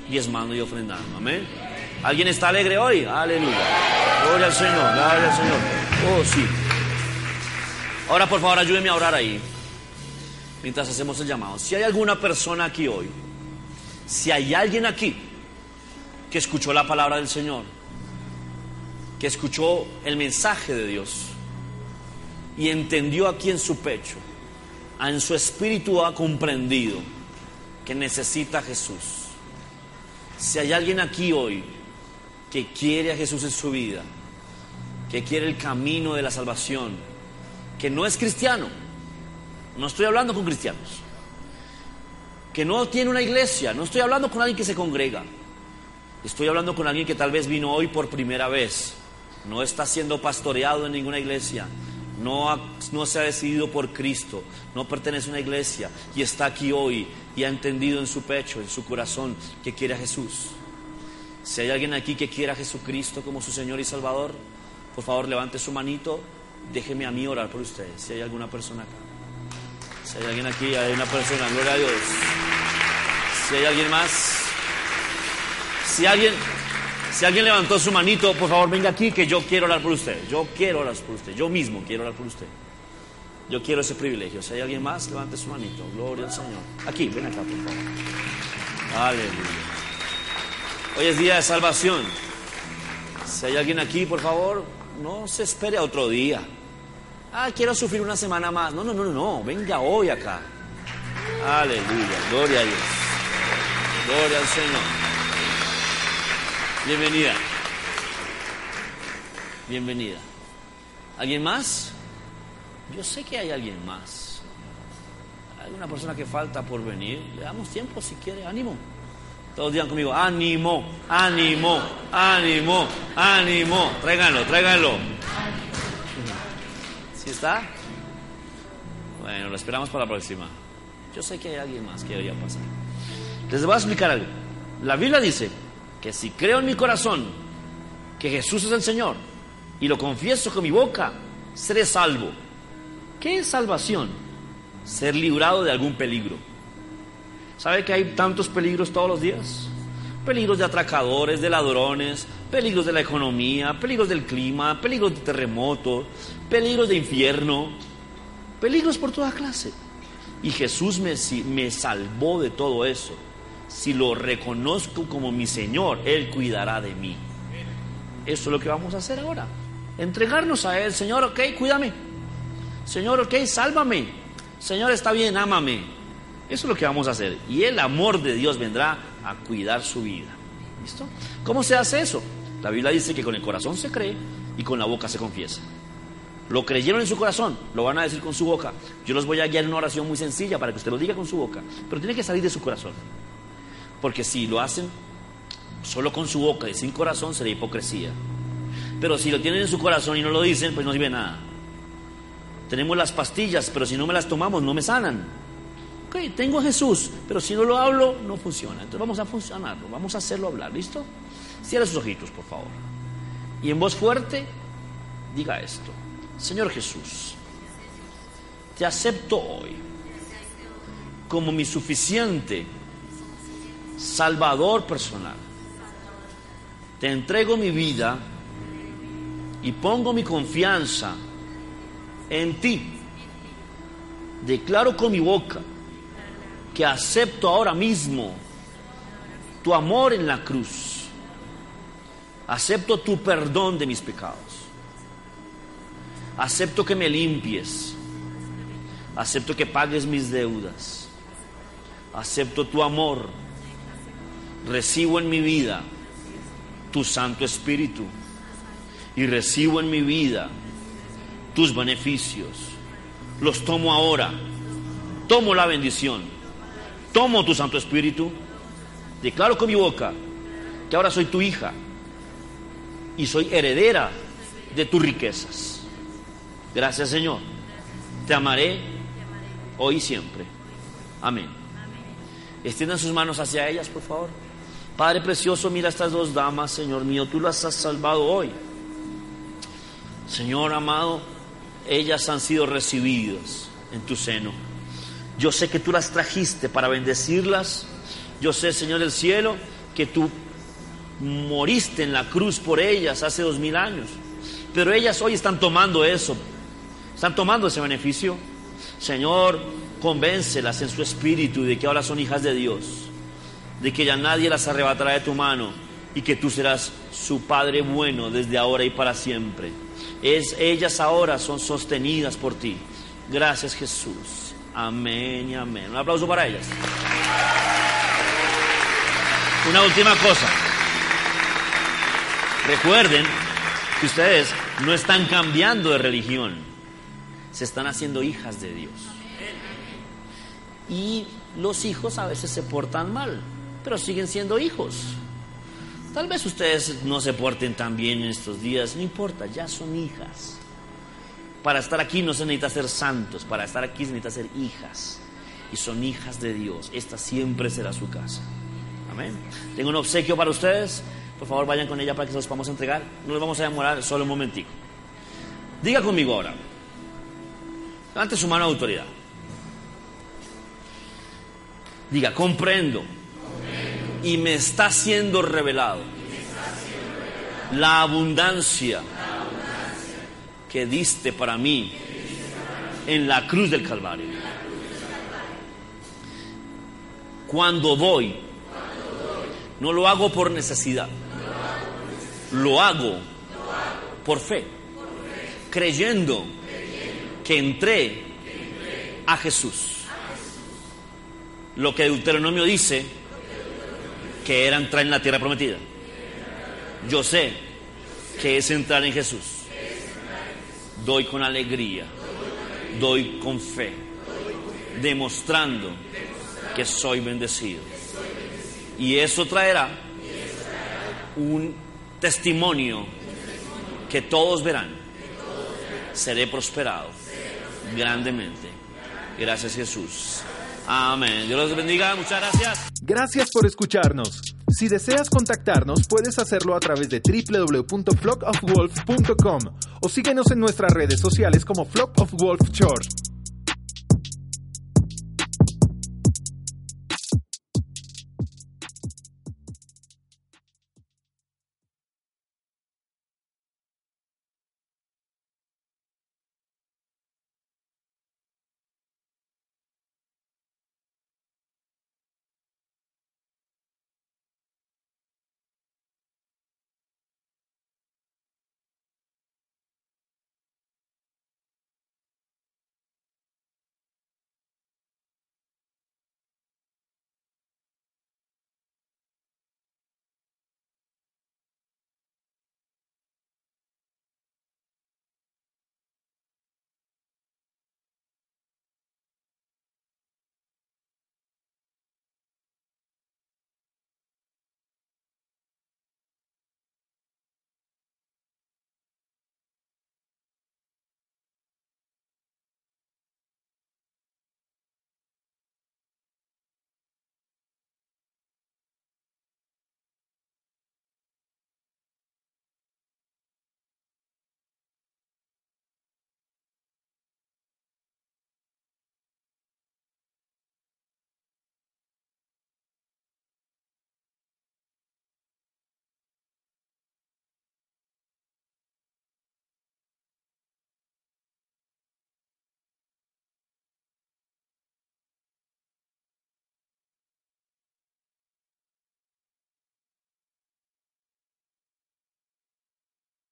Speaker 2: diezmando y ofrendando. Amén. ¿Alguien está alegre hoy? Aleluya. Gloria al Señor, gloria al Señor. Oh, sí. Ahora, por favor, ayúdenme a orar ahí mientras hacemos el llamado. Si hay alguna persona aquí hoy, si hay alguien aquí que escuchó la palabra del Señor, que escuchó el mensaje de Dios y entendió aquí en su pecho, en su espíritu ha comprendido que necesita a Jesús. Si hay alguien aquí hoy que quiere a Jesús en su vida, que quiere el camino de la salvación, que no es cristiano, no estoy hablando con cristianos, que no tiene una iglesia, no estoy hablando con alguien que se congrega, estoy hablando con alguien que tal vez vino hoy por primera vez, no está siendo pastoreado en ninguna iglesia, no se ha decidido por Cristo, no pertenece a una iglesia y está aquí hoy y ha entendido en su pecho, en su corazón, que quiere a Jesús. Si hay alguien aquí que quiera a Jesucristo como su Señor y Salvador, por favor levante su manito, déjeme a mí orar por ustedes. Si hay alguna persona acá, si hay alguien aquí, hay una persona, gloria a Dios. Si hay alguien más, si alguien levantó su manito, por favor venga aquí, que yo quiero orar por usted. Yo quiero orar por usted, yo mismo quiero orar por usted. Yo quiero ese privilegio. Si hay alguien más, levante su manito. Gloria al Señor. Aquí, ven acá, por favor. Aleluya. Hoy es día de salvación. Si hay alguien aquí, por favor, no se espere a otro día. Quiero sufrir una semana más. No. Venga hoy acá. Aleluya. Gloria a Dios. Gloria al Señor. Bienvenida. Bienvenida. ¿Alguien más? Yo sé que hay alguien más. Hay una persona que falta por venir. Le damos tiempo si quiere. Ánimo. Todos digan conmigo, ánimo, ánimo, ánimo, ánimo. Tráiganlo. ¿Sí está? Bueno, lo esperamos para la próxima. Yo sé que hay alguien más que debería pasar. Les voy a explicar algo. La Biblia dice que si creo en mi corazón que Jesús es el Señor y lo confieso con mi boca, seré salvo. ¿Qué es salvación? Ser librado de algún peligro. ¿Sabe que hay tantos peligros todos los días? Peligros de atracadores, de ladrones, peligros de la economía, peligros del clima, peligros de terremoto, peligros de infierno, peligros por toda clase. Y Jesús me salvó de todo eso. Si lo reconozco como mi Señor, Él cuidará de mí. Eso es lo que vamos a hacer ahora. Entregarnos a Él. Señor, ok, cuídame. Señor, ok, sálvame. Señor, está bien, ámame. Eso es lo que vamos a hacer. Y el amor de Dios vendrá a cuidar su vida. ¿Listo? ¿Cómo se hace eso? La Biblia dice que con el corazón se cree y con la boca se confiesa. Lo creyeron en su corazón, lo van a decir con su boca. Yo los voy a guiar en una oración muy sencilla para que usted lo diga con su boca, pero tiene que salir de su corazón. Porque si lo hacen solo con su boca y sin corazón, sería hipocresía. Pero si lo tienen en su corazón y no lo dicen, pues no sirve nada. Tenemos las pastillas, pero si no me las tomamos, no me sanan. Ok, tengo a Jesús, pero si no lo hablo, no funciona. Entonces vamos a funcionarlo, vamos a hacerlo hablar, ¿listo? Cierra sus ojitos, por favor. Y en voz fuerte, diga esto. Señor Jesús, te acepto hoy como mi suficiente Salvador personal. Te entrego mi vida y pongo mi confianza en ti. Declaro con mi boca que acepto ahora mismo tu amor en la cruz. Acepto tu perdón de mis pecados. Acepto que me limpies. Acepto que pagues mis deudas. Acepto tu amor. Recibo en mi vida tu Santo Espíritu. Y recibo en mi vida tus beneficios. Los tomo ahora. Tomo la bendición. Tomo tu Santo Espíritu. Declaro con mi boca que ahora soy tu hija y soy heredera de tus riquezas. Gracias, Señor. Te amaré hoy y siempre. Amén. Extiendan sus manos hacia ellas, por favor. Padre precioso, mira a estas dos damas, Señor mío. Tú las has salvado hoy. Señor amado, ellas han sido recibidas en tu seno. Yo sé que tú las trajiste para bendecirlas. Yo sé, Señor del cielo, que tú moriste en la cruz por ellas hace 2000 años. Pero ellas hoy están tomando eso, están tomando ese beneficio. Señor, convéncelas en su espíritu de que ahora son hijas de Dios, de que ya nadie las arrebatará de tu mano y que tú serás su Padre bueno desde ahora y para siempre. Ellas ahora son sostenidas por ti. Gracias, Jesús. Amén y amén. Un aplauso para ellas. Una última cosa. Recuerden que ustedes no están cambiando de religión, se están haciendo hijas de Dios. Y los hijos a veces se portan mal, pero siguen siendo hijos. Tal vez ustedes no se porten tan bien en estos días, no importa, ya son hijas. Para estar aquí no se necesita ser santos, para estar aquí se necesita ser hijas. Y son hijas de Dios, esta siempre será su casa. Amén. Tengo un obsequio para ustedes. Por favor, vayan con ella para que se los podamos entregar. No les vamos a demorar, solo un momentico. Diga conmigo ahora. Levante su mano de autoridad. Diga, comprendo. Y me está siendo revelado la abundancia que diste para mí en la cruz del Calvario. Cuando doy, no lo hago por necesidad. Lo hago por fe, creyendo que entré a Jesús. Lo que Deuteronomio dice que era entrar en la tierra prometida. Yo sé que es entrar en Jesús. Doy con alegría, doy con fe, demostrando que soy bendecido. Y eso traerá un testimonio que todos verán. Seré prosperado grandemente. Gracias, Jesús. Amén. Dios los bendiga. Muchas gracias.
Speaker 1: Gracias por escucharnos. Si deseas contactarnos, puedes hacerlo a través de www.flockofwolf.com o síguenos en nuestras redes sociales como Flock of Wolf Church.